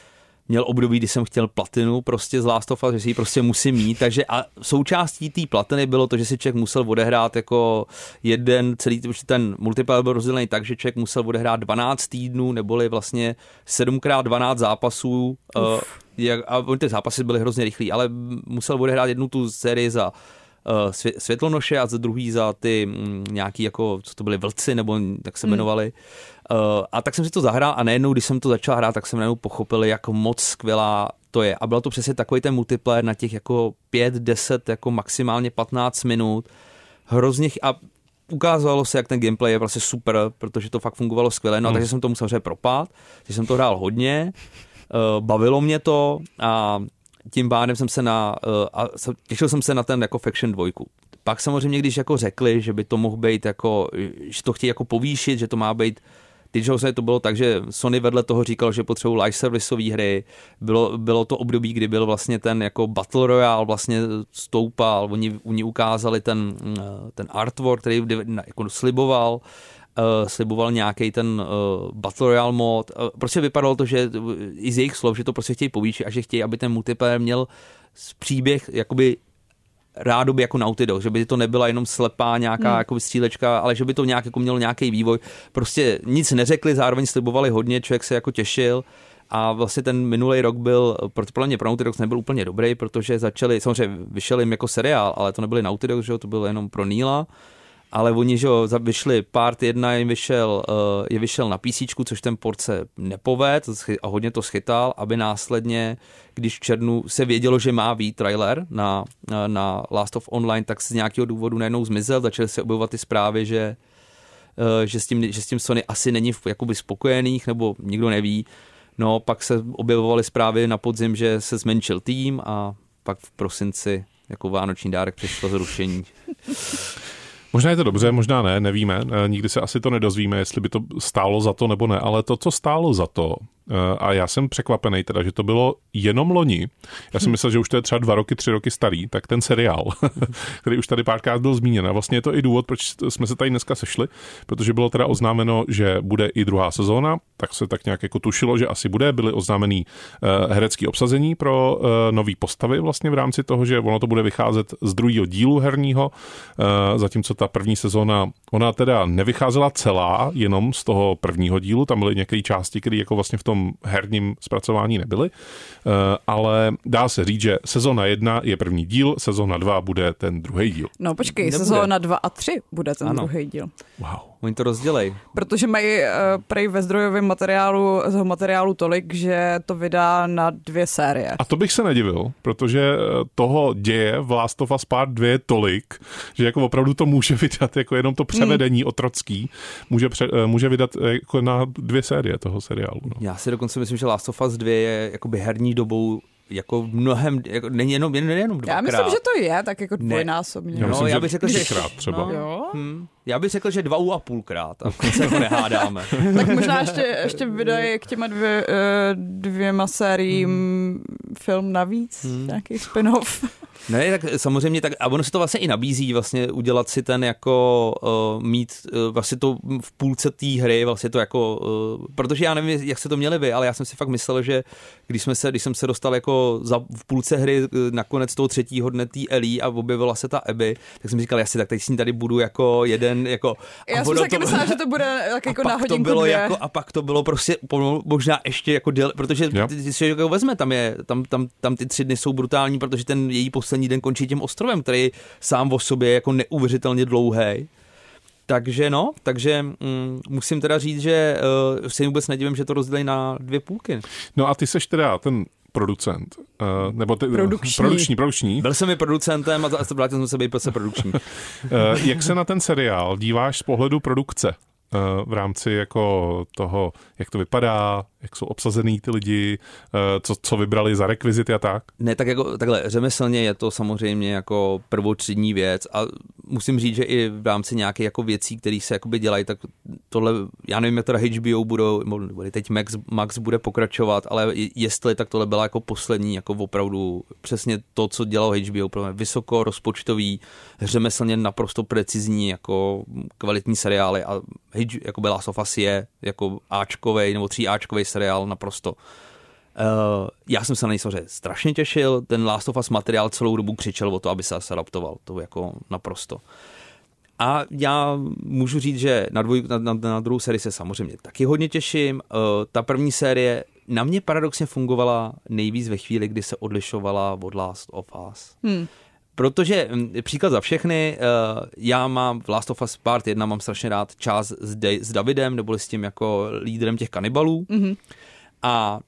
měl období, kdy jsem chtěl platinu prostě z Last of Us, že si ji prostě musím mít, takže a součástí té platiny bylo to, že si člověk musel odehrát jako jeden celý, ten multiplayer byl rozdělený tak, že člověk musel odehrát dvanáct týdnů, neboli vlastně sedm krát dvanáct zápasů, uh, jak, a ty zápasy byly hrozně rychlý, ale musel odehrát jednu tu sérii za uh, světlonoše a za druhý za ty mm, nějaký jako, co to byly vlci, nebo jak se jmenovali. Hmm. Uh, a tak jsem si to zahrál a najednou, když jsem to začal hrát, tak jsem najednou pochopil, jak moc skvělá to je. A bylo to přesně takový ten multiplayer na těch jako pět, deset, jako maximálně patnáct minut. Hrozně a ukázalo se, jak ten gameplay je vlastně super, protože to fakt fungovalo skvěle. No, hmm. takže jsem to musel propát, že jsem to hrál hodně, uh, bavilo mě to a tím pádem jsem se na, uh, a těšil jsem se na ten jako Faction dva. Pak samozřejmě, když jako řekli, že by to mohl být jako, že to chtějí jako povýšit, že to má být. Teď to bylo tak, že Sony vedle toho říkal, že potřebují live serviceové hry. Bylo, bylo to období, kdy byl vlastně ten jako Battle Royale vlastně stoupal, oni, oni ukázali ten, ten artwork, který jako sliboval. uh, sliboval nějaký ten uh, Battle Royale mod. Uh, prostě vypadalo to, že uh, i z jejich slov, že to prostě chtějí povýšit a že chtějí, aby ten multiplayer měl příběh jakoby rádoby jako Naughty Dog, že by to nebyla jenom slepá nějaká hmm. jako střílečka, ale že by to nějak jako mělo nějaký vývoj. Prostě nic neřekli, zároveň slibovali hodně, člověk se jako těšil. A vlastně ten minulý rok byl, podle mě pro Naughty Dogs nebyl úplně dobrý, protože začali, samozřejmě vyšel jim jako seriál, ale to nebyly Naughty Dogs, že jo, to bylo jenom pro Neila, ale oni, že jo, vyšli part jedna, jim vyšel, uh, je vyšel na PCčku, což ten port se nepoved a hodně to schytal, aby následně, když v červnu se vědělo, že má být trailer na, na Last of Online, tak z nějakého důvodu najednou zmizel, začaly se objevovat ty zprávy, že, uh, že, s tím, že s tím Sony asi není jakoby spokojených, nebo nikdo neví. No, pak se objevovaly zprávy na podzim, že se zmenšil tým a pak v prosinci jako vánoční dárek přišlo zrušení. Možná je to dobře, možná ne, nevíme. Nikdy se asi to nedozvíme, jestli by to stálo za to nebo ne, ale to, co stálo za to, a já jsem překvapený teda, že to bylo jenom loni. Já jsem myslel, že už to je třeba dva roky, tři roky starý, tak ten seriál, který už tady párkrát byl zmíněn. A vlastně je to i důvod, proč jsme se tady dneska sešli, protože bylo teda oznámeno, že bude i druhá sezóna, tak se tak nějak jako tušilo, že asi bude. Byly oznámený uh, herecký obsazení pro uh, nový postavy vlastně v rámci toho, že ono to bude vycházet z druhého dílu herního, uh, zatímco ta první sezóna, ona teda nevycházela celá, jenom z toho prvního dílu, tam byly některé části, které jako vlastně v tom herním zpracování nebyly, ale dá se říct, že sezóna jedna je první díl, sezóna dva bude ten druhý díl. No počkej, Nebude. sezóna dva a tři bude ten ano. druhý díl. Wow. Oni to rozdělej. Protože mají uh, prej ve zdrojovém materiálu, z materiálu tolik, že to vydá na dvě série. A to bych se nedivil, protože toho děje v Last of Us Part dva je tolik, že jako opravdu to může vydat jako jenom to převedení hmm. otrocký, může, pře, může vydat jako na dvě série toho seriálu. No. Já si dokonce myslím, že Last of Us dva je jakoby herní dobou jako mnohem, jako není jenom, jenom dvakrát. Já myslím, že to je tak jako dvojnásobně. Já myslím, no, já bych řekl, že třikrát třeba. No. Jo? Hmm. Já bych řekl, že dva a půlkrát a se jako nehádáme. Tak možná ještě, ještě vydají k těma dvě, dvěma sériím hmm. film navíc, hmm. nějaký spin-off. Ne, tak samozřejmě, tak, a ono se to vlastně i nabízí vlastně udělat si ten jako uh, mít uh, vlastně to v půlce té hry, vlastně to jako, uh, protože já nevím, jak se to měli vy, ale já jsem si fakt myslel, že když, jsme se, když jsem se dostal jako za, v půlce hry uh, nakonec toho třetího dne té Ellie a objevila se ta Abby, tak jsem říkal, jasně, tak teď s ní tady budu jako jeden, jako... Já jsem si taky myslela, že to bude tak jako na hodinku to bylo dvě. Jako, a pak to bylo prostě možná ještě jako děl, protože yep. ty si jako vezme, tam, je, tam, tam, tam ty tři dny jsou brutální, protože ten její poslední den končí tím ostrovem, který sám o sobě je jako neuvěřitelně dlouhý. Takže no, takže mm, musím teda říct, že uh, si vůbec nedivím, že to rozdělí na dvě půlky. No a ty seš teda ten producent, uh, nebo ty, produkční. produkční, produkční. Byl jsem i producentem a vrátil jsem se být prostě produkční. uh, jak se na ten seriál díváš z pohledu produkce? V rámci jako toho, jak to vypadá, jak jsou obsazený ty lidi, co, co vybrali za rekvizity a tak? Ne, tak jako takhle řemeslně je to samozřejmě jako prvotřídní věc a musím říct, že i v rámci nějakých jako věcí, které se jakoby dělají, tak tohle, já nevím, jak teda H B O budou, teď Max, Max bude pokračovat, ale jestli, tak tohle byla jako poslední, jako opravdu přesně to, co dělalo H B O, vysoko rozpočtový, řemeslně naprosto precizní, jako kvalitní seriály a jako by Last of Us je jako áčkovej nebo tříáčkovej seriál naprosto. Uh, já jsem se na něj samozřejmě strašně těšil, ten Last of Us materiál celou dobu křičel o to, aby se adaptoval, to jako naprosto. A já můžu říct, že na, dvoj, na, na, na druhou sérii se samozřejmě taky hodně těším. Uh, ta první série na mě paradoxně fungovala nejvíc ve chvíli, kdy se odlišovala od Last of Us. Hmm. Protože, příklad za všechny, já mám v Last of Us Part jedna mám strašně rád čas s, De- s Davidem, neboli s tím jako lídrem těch kanibalů. Mm-hmm. A,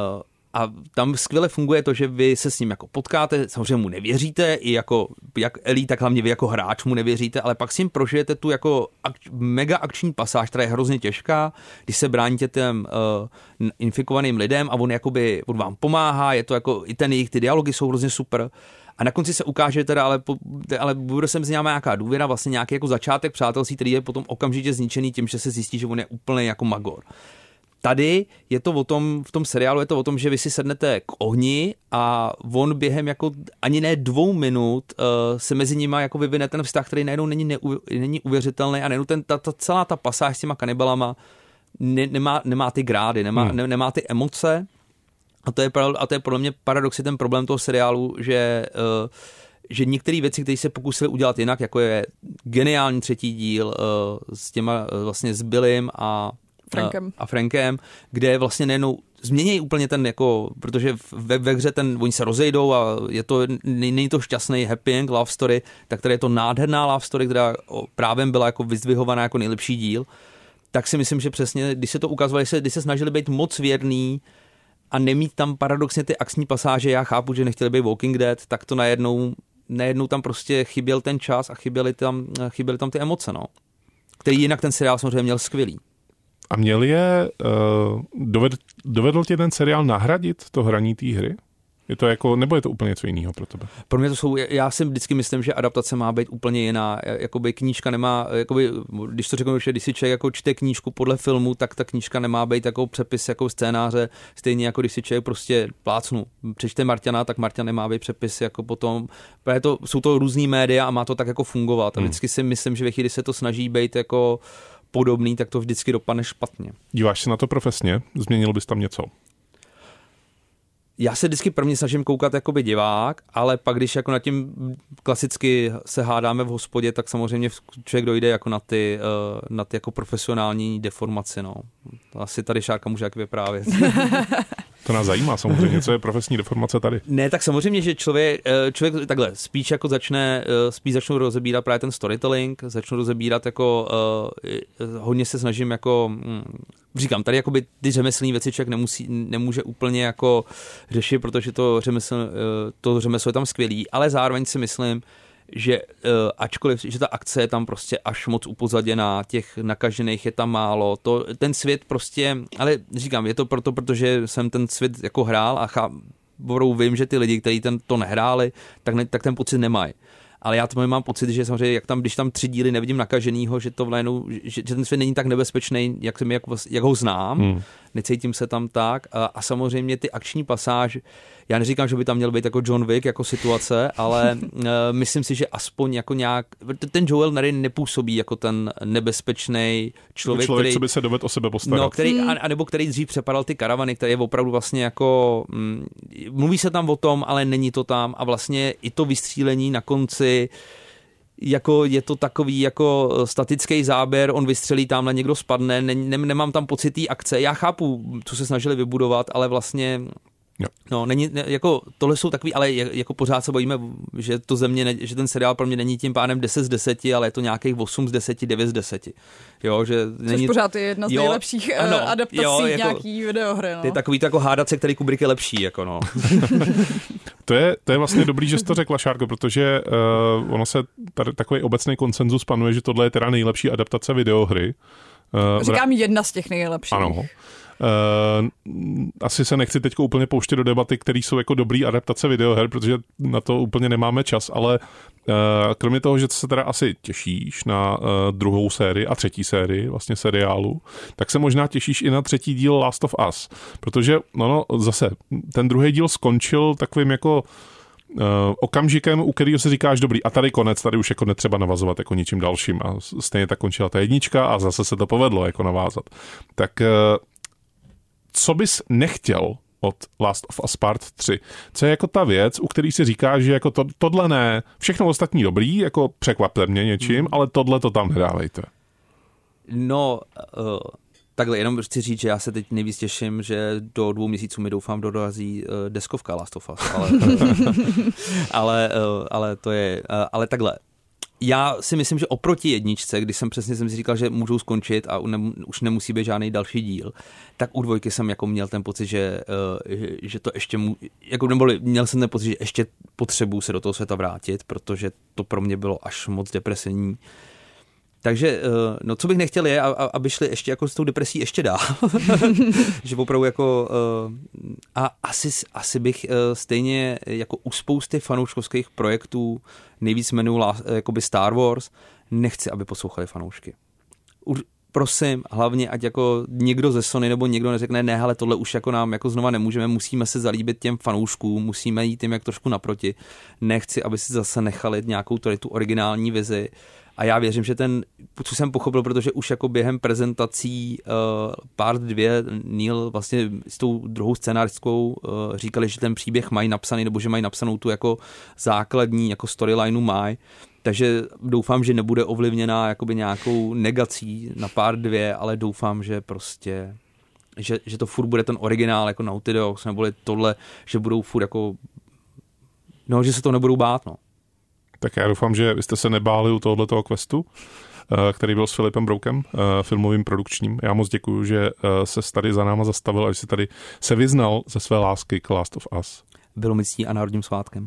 a tam skvěle funguje to, že vy se s ním jako potkáte, samozřejmě mu nevěříte, i jako jak Ellie, tak hlavně vy jako hráč mu nevěříte, ale pak s ním prožijete tu jako ak- mega akční pasáž, která je hrozně těžká, když se bráníte těm uh, infikovaným lidem a on jakoby on vám pomáhá, je to jako, i ten jejich ty dialogy jsou hrozně super. A na konci se ukáže teda, ale, ale bude se mezi námi nějaká důvěra, vlastně nějaký jako začátek přátelství, který je potom okamžitě zničený tím, že se zjistí, že on je úplně jako magor. tady je to o tom, v tom seriálu je to o tom, že vy si sednete k ohni a on během jako ani ne dvou minut uh, se mezi nima jako vyvine ten vztah, který najednou není, neuv, není uvěřitelný a najednou ten, ta, ta, celá ta pasáž s těma kanibalama ne, nemá, nemá ty grády, nemá, hmm. ne, nemá ty emoce a to, je, a to je podle mě paradoxně ten problém toho seriálu, že uh, že některé věci, které se pokusili udělat jinak, jako je geniální třetí díl uh, s těma uh, vlastně s Billym a Frankem. a Frankem, kde vlastně nejenom změní úplně ten jako, protože ve, ve hře ten, oni se rozejdou a je to, není to šťastný happy end love story, tak tady je to nádherná love story, která právě byla jako vyzdvihovaná jako nejlepší díl, tak si myslím, že přesně, když se to ukazovali, když se snažili být moc věrný a nemít tam paradoxně ty akční pasáže, já chápu, že nechtěli být Walking Dead, tak to najednou, najednou tam prostě chyběl ten čas a chyběly tam, chyběly tam ty emoce, no. Který jinak ten seriál samozřejmě měl skvělý. A měl je, uh, doved, dovedl tě ten seriál nahradit to hraní té hry? Je to jako, nebo je to úplně něco jiného pro tebe? Pro mě to jsou, já si vždycky myslím, že adaptace má být úplně jiná. Jakoby knížka nemá, jakoby, když to řeknu, že když si člověk jako čte knížku podle filmu, tak ta knížka nemá být jako přepis jako scénáře, stejně jako když si člověk prostě plácnu. Přečte Marťana, tak Marťan nemá být přepis jako potom. To, jsou to různý média a má to tak jako fungovat. A vždycky si myslím, že ve chvíli se to snaží být jako podobný, tak to vždycky dopadne špatně. Díváš se na to profesně? Změnil bys tam něco? Já se vždycky prvně snažím koukat jakoby divák, ale pak, když jako na tím klasicky se hádáme v hospodě, tak samozřejmě člověk dojde jako na ty, na ty jako profesionální deformace. No. To asi tady Šárka může jak vyprávět. To nás zajímá samozřejmě, co je profesní deformace tady. Ne, tak samozřejmě, že člověk, člověk takhle spíš jako začne, spíš začnu rozebírat právě ten storytelling, začnu rozebírat jako, hodně se snažím jako, říkám, tady jakoby ty řemeslné věci člověk nemusí, nemůže úplně jako řešit, protože to řemeslo, to řemeslo je tam skvělý, ale zároveň si myslím, že uh, ačkoliv, že ta akce je tam prostě až moc upozaděná, těch nakažených je tam málo, to, ten svět prostě, ale říkám, je to proto, protože jsem ten svět jako hrál a chá, vím, že ty lidi, kteří ten, to nehráli, tak, ne, tak ten pocit nemají. Ale já to mám pocit, že samozřejmě, jak tam, když tam tři díly nevidím nakaženýho, že to vlénu, že, že ten svět není tak nebezpečný, jak, jsem, jak, jak ho znám, hmm. necítím se tam tak a, a samozřejmě ty akční pasáže, já neříkám, že by tam měl být jako John Wick jako situace, ale uh, myslím si, že aspoň jako nějak, ten Joel Nary nepůsobí jako ten nebezpečný člověk, člověk který, co by se dovedl o sebe postarat. No, který, a, a nebo který dřív přepadal ty karavany, který je opravdu vlastně jako, mm, mluví se tam o tom, ale není to tam a vlastně i to vystřílení na konci, jako je to takový jako statický záběr, on vystřelí, tamhle někdo spadne, ne, ne, nemám tam pocit té akce, já chápu, co se snažili vybudovat, ale vlastně jo. No, není, ne, jako tohle jsou takový, ale jako pořád se bojíme, že to země, ne, že ten seriál pro mě není tím pádem deset z deseti, ale je to nějakých osm z deseti, devět z deseti. Jo, že není... Což pořád je jedna z jo, nejlepších ano, adaptací jo, jako, nějaký videohry. No. To je takový to jako hádat se, který Kubrick je lepší, jako no. to, je, to je vlastně dobrý, že jsi to řekla, Šárko, protože uh, ono se tady takový obecný konsenzus panuje, že tohle je teda nejlepší adaptace videohry. Uh, Říkám jedna z těch nejlepších. Ano. Uh, asi se nechci teď úplně pouštět do debaty, které jsou jako dobrý adaptace videoher, protože na to úplně nemáme čas, ale uh, kromě toho, že se teda asi těšíš na uh, druhou sérii a třetí sérii vlastně seriálu, tak se možná těšíš i na třetí díl Last of Us, protože no, no zase ten druhý díl skončil takovým jako Uh, okamžikem, u kterého si říkáš dobrý, a tady konec, tady už jako netřeba navazovat jako ničím dalším a stejně tak končila ta jednička a zase se to povedlo jako navázat. Tak uh, co bys nechtěl od Last of Us Part tři? Co je jako ta věc, u který si říkáš, že jako to, tohle ne, všechno ostatní dobrý, jako překvapte mě něčím, mm. ale tohle to tam nedávejte. No, uh... Takhle, jenom chci říct, že já se teď nejvíc těším, že do dvou měsíců mi doufám dorazí uh, deskovka Last of Us, ale, ale, uh, ale to je, uh, ale takhle. Já si myslím, že oproti jedničce, když jsem přesně jsem si říkal, že můžou skončit a ne, už nemusí být žádný další díl, tak u dvojky jsem jako měl ten pocit, že, uh, že to ještě, mu, jako neboli, měl jsem ten pocit, že ještě potřebuji se do toho světa vrátit, protože to pro mě bylo až moc depresivní. Takže, no co bych nechtěl je, aby šli ještě jako s tou depresí ještě dál. Že opravdu jako, a asi, asi bych stejně jako u spousty fanouškovských projektů, nejvíc jmenuji jakoby Star Wars, nechci, aby poslouchali fanoušky. prosím, hlavně ať jako někdo ze Sony nebo někdo neřekne, ne, ale tohle už jako nám jako znova nemůžeme, musíme se zalíbit těm fanouškům, musíme jít jim jak trošku naproti. Nechci, aby si zase nechali nějakou tady tu originální vizi. A já věřím, že ten, co jsem pochopil, protože už jako během prezentací uh, part dvě Neil vlastně s tou druhou scénáristkou uh, říkali, že ten příběh mají napsaný, nebo že mají napsanou tu jako základní jako storylineu mají. Takže doufám, že nebude ovlivněná jakoby nějakou negací na part dvě, ale doufám, že prostě, že, že to furt bude ten originál jako Naughty Dogs, neboli tohle, že budou furt jako, no, že se to nebudou bát, no. Tak já doufám, že vy jste se nebáli u tohoto questu, který byl s Filipem Broukem, filmovým produkčním. Já moc děkuju, že se tady za náma zastavil a že si tady se vyznal ze své lásky k Last of Us. Bylo mi ctí a národním svátkem.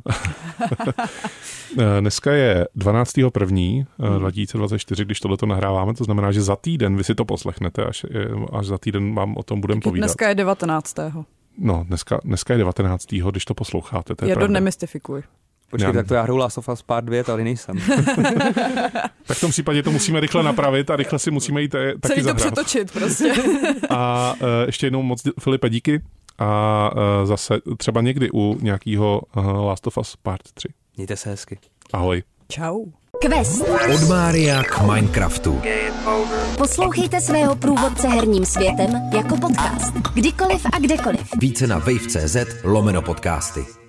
Dneska je dvanáctého prvního dva tisíce dvacet čtyři, když tohleto nahráváme, to znamená, že za týden vy si to poslechnete, až, až za týden vám o tom budeme povídat. Dneska je devatenáctého No, dneska, dneska je devatenáctého když to posloucháte, to je Já pravda. to nemystifikuj. Počkej, já... tak to já hraju Last of Us part dvě, tady nejsem. Tak v tom případě to musíme rychle napravit a rychle si musíme jít taky Celý zahrát. to přetočit prostě. A uh, ještě jednou moc, Filipe, díky. A uh, zase třeba někdy u nějakého uh, Last of Us part tři. Mějte se hezky. Ahoj. Čau. Quest. Od Mária k Minecraftu. Poslouchejte svého průvodce herním světem jako podcast. Kdykoliv a kdekoliv. Více na wave tečka cz lomeno podcasty.